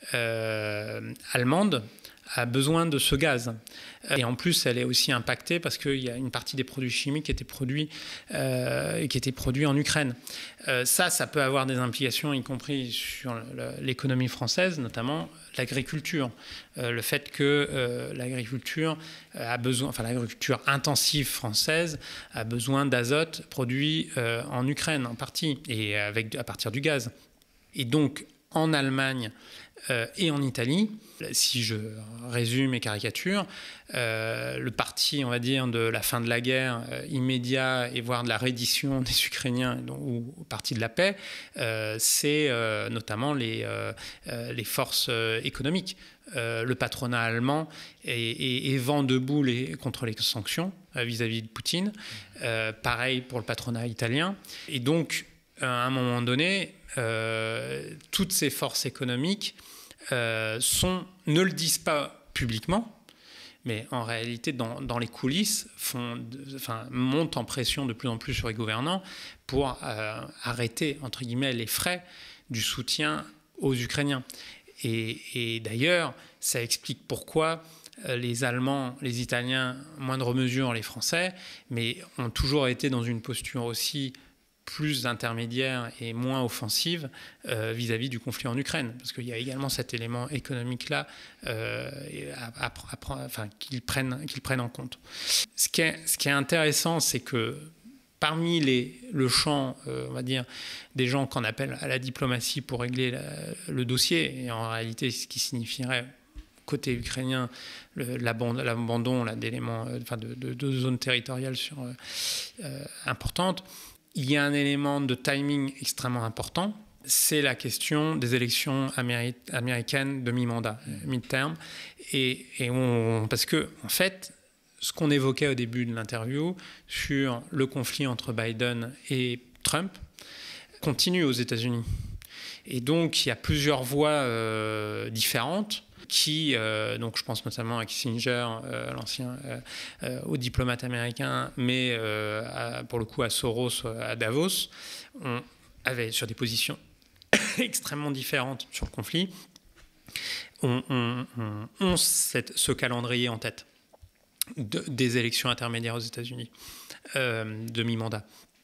euh, allemande a besoin de ce gaz. Et en plus, elle est aussi impactée parce qu'il y a une partie des produits chimiques qui étaient produits, euh, qui étaient produits en Ukraine. Euh, ça, ça peut avoir des implications, y compris sur l'économie française, notamment l'agriculture. Euh, le fait que euh, l'agriculture a besoin, enfin l'agriculture intensive française a besoin d'azote produit euh, en Ukraine en partie, et avec, à partir du gaz. Et donc, en Allemagne euh, et en Italie, si je résume et caricature, euh, le parti, on va dire, de la fin de la guerre euh, immédiat et voire de la reddition des Ukrainiens donc, ou au parti de la paix, euh, c'est euh, notamment les, euh, les forces euh, économiques. Euh, le patronat allemand est, est, est vent debout les, contre les sanctions euh, vis-à-vis de Poutine. Euh, pareil pour le patronat italien. Et donc, à un moment donné, euh, toutes ces forces économiques euh, sont, ne le disent pas publiquement, mais en réalité, dans, dans les coulisses, font, enfin, montent en pression de plus en plus sur les gouvernants pour euh, arrêter, entre guillemets, les frais du soutien aux Ukrainiens. Et, et d'ailleurs, ça explique pourquoi euh, les Allemands, les Italiens, moindre mesure les Français, mais ont toujours été dans une posture aussi plus intermédiaire et moins offensive euh, vis-à-vis du conflit en Ukraine. Parce qu'il y a également cet élément économique-là euh, à, à, à, enfin, qu'ils prennent, qu'ils prennent en compte. Ce qui est, ce qui est intéressant, c'est que parmi les, le champ, euh, on va dire, des gens qu'on appelle à la diplomatie pour régler la, le dossier, et en réalité, ce qui signifierait côté ukrainien, l'abandon là, d'éléments, enfin, de, de, de zones territoriales sur, euh, importantes, il y a un élément de timing extrêmement important, c'est la question des élections améri- américaines de mi-mandat, mid-term, et, et on, parce que, en fait, ce qu'on évoquait au début de l'interview sur le conflit entre Biden et Trump continue aux États-Unis. Et donc, il y a plusieurs voies euh, différentes qui, euh, donc je pense notamment à Kissinger, euh, l'ancien, euh, euh, aux diplomates américains, mais euh, à, pour le coup à Soros, à Davos, on avait sur des positions extrêmement différentes sur le conflit, on, on, on, on cette, ce calendrier en tête de, des élections intermédiaires aux États-Unis, euh, de mi-mandat.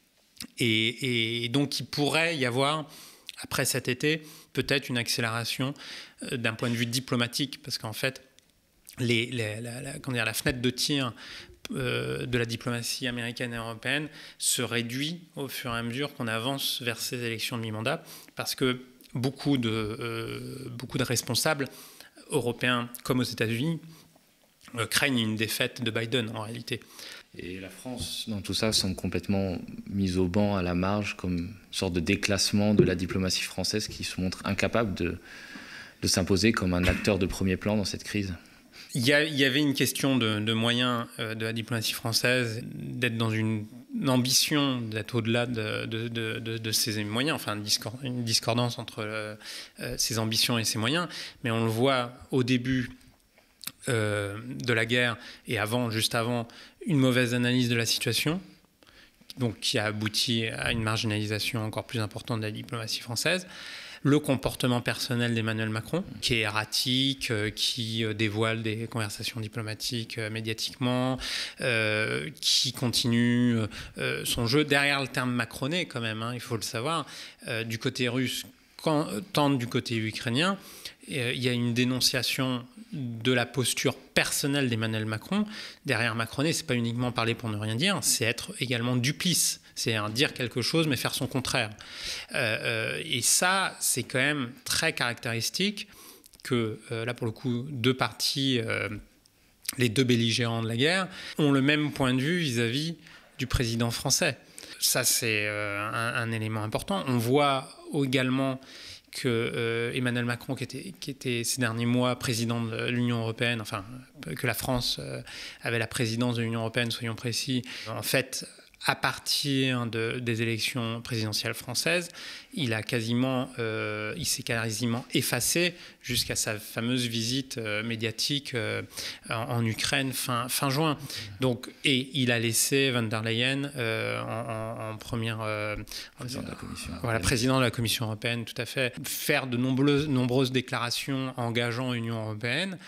Et, et donc il pourrait y avoir, après cet été, peut-être une accélération euh, d'un point de vue diplomatique, parce qu'en fait, les, les, la, la, comment dire, la fenêtre de tir euh, de la diplomatie américaine et européenne se réduit au fur et à mesure qu'on avance vers ces élections de mi-mandat, parce que beaucoup de, euh, beaucoup de responsables européens, comme aux États-Unis, euh, craignent une défaite de Biden en réalité. Et la France, dans tout ça, semble complètement mise au banc, à la marge, comme une sorte de déclassement de la diplomatie française qui se montre incapable de, de s'imposer comme un acteur de premier plan dans cette crise. Il y, a, il y avait une question de, de moyens euh, de la diplomatie française, d'être dans une, une ambition, d'être au-delà de, de, de, de, de ses moyens, enfin une, discord, une discordance entre euh, euh, ses ambitions et ses moyens. Mais on le voit au début euh, de la guerre et avant, juste avant, une mauvaise analyse de la situation, donc qui a abouti à une marginalisation encore plus importante de la diplomatie française. Le comportement personnel d'Emmanuel Macron, qui est erratique, euh, qui euh, dévoile des conversations diplomatiques euh, médiatiquement, euh, qui continue euh, son jeu derrière le terme macronais quand même, hein, il faut le savoir, euh, du côté russe, quand, tant du côté ukrainien. Euh, il y a une dénonciation de la posture personnelle d'Emmanuel Macron. Derrière macronais, c'est pas uniquement parler pour ne rien dire, c'est être également duplice. C'est dire quelque chose, mais faire son contraire. Euh, euh, et ça, c'est quand même très caractéristique que, euh, là, pour le coup, deux parties, euh, les deux belligérants de la guerre, ont le même point de vue vis-à-vis du président français. Ça, c'est euh, un, un élément important. On voit également que euh, Emmanuel Macron, qui était, qui était ces derniers mois président de l'Union européenne, enfin que la France euh, avait la présidence de l'Union européenne, soyons précis, en fait, à partir de, des élections présidentielles françaises, il a quasiment, euh, il s'est quasiment effacé jusqu'à sa fameuse visite euh, médiatique euh, en, en Ukraine fin, fin juin. Donc, et il a laissé von der Leyen euh, en, en, en première, euh, président de la Commission voilà, président de la Commission européenne, tout à fait, faire de nombreuses, nombreuses déclarations engageant l'Union européenne,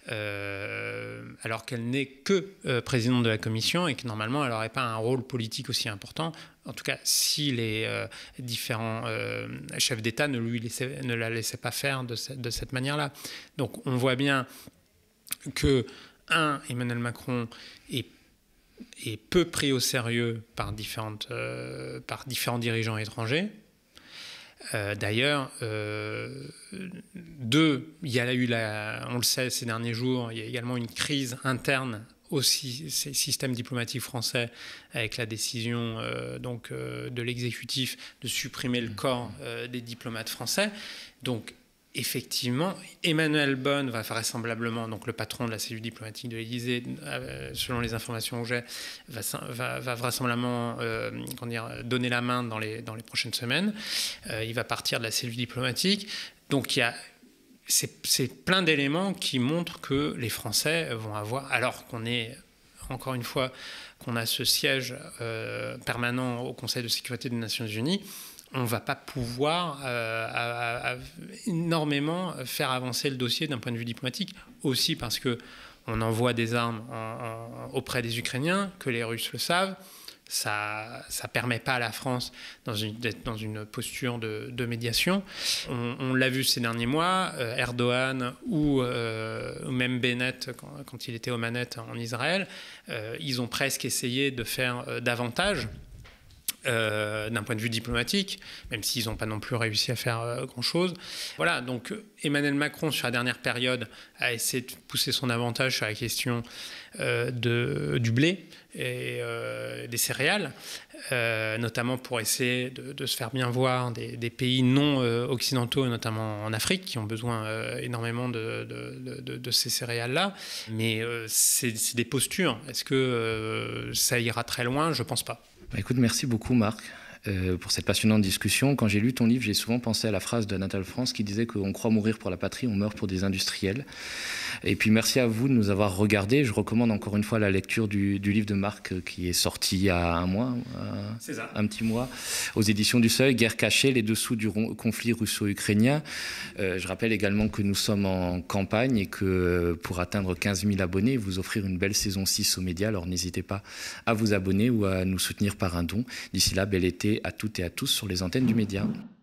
euh, alors qu'elle n'est que euh, présidente de la Commission et que normalement elle n'aurait pas un rôle politique aussi important. En tout cas, si les euh, différents euh, chefs d'État ne, lui laissaient, ne la laissaient pas faire de, ce, de cette manière-là. Donc on voit bien que, un, Emmanuel Macron est, est peu pris au sérieux par, différentes, euh, par différents dirigeants étrangers. Euh, D'ailleurs, euh, deux, il y a eu, la, on le sait ces derniers jours, il y a également une crise interne aussi ces systèmes diplomatiques français avec la décision euh, donc, euh, de l'exécutif de supprimer le corps euh, des diplomates français. Donc, effectivement, Emmanuel Bonne va vraisemblablement, donc le patron de la cellule diplomatique de l'Élysée, euh, selon les informations que j'ai, va, va, va vraisemblablement euh, comment dire, donner la main dans les, dans les prochaines semaines. Euh, il va partir de la cellule diplomatique. Donc, il y a c'est plein d'éléments qui montrent que les Français vont avoir, alors qu'on est, encore une fois, qu'on a ce siège euh, permanent au Conseil de sécurité des Nations Unies, on ne va pas pouvoir euh, à, à, à énormément faire avancer le dossier d'un point de vue diplomatique, aussi parce qu'on envoie des armes en, en, auprès des Ukrainiens, que les Russes le savent. Ça ne permet pas à la France d'être dans une posture de, de médiation. On, on l'a vu ces derniers mois, euh, Erdogan ou, euh, ou même Bennett, quand, quand il était aux manettes en Israël, euh, ils ont presque essayé de faire euh, davantage euh, d'un point de vue diplomatique, même s'ils n'ont pas non plus réussi à faire euh, grand-chose. Voilà, donc Emmanuel Macron, sur la dernière période, a essayé de pousser son avantage sur la question euh, de, du blé et euh, des céréales, euh, notamment pour essayer de, de se faire bien voir des, des pays non euh, occidentaux, notamment en Afrique, qui ont besoin euh, énormément de, de, de, de ces céréales-là. Mais euh, c'est des postures. Est-ce que euh, ça ira très loin? Je ne pense pas. Bah écoute, merci beaucoup Marc euh, pour cette passionnante discussion. Quand j'ai lu ton livre, j'ai souvent pensé à la phrase de Anatole France qui disait qu'on croit mourir pour la patrie, on meurt pour des industriels. Et puis merci à vous de nous avoir regardés. Je recommande encore une fois la lecture du, du livre de Marc qui est sorti il y a un mois, C'est ça. un petit mois, aux éditions du Seuil, Guerre cachée, les dessous du conflit russo-ukrainien. Euh, je rappelle également que nous sommes en campagne et que pour atteindre quinze mille abonnés, vous offrir une belle saison six aux médias. Alors n'hésitez pas à vous abonner ou à nous soutenir par un don. D'ici là, bel été à toutes et à tous sur les antennes du Média.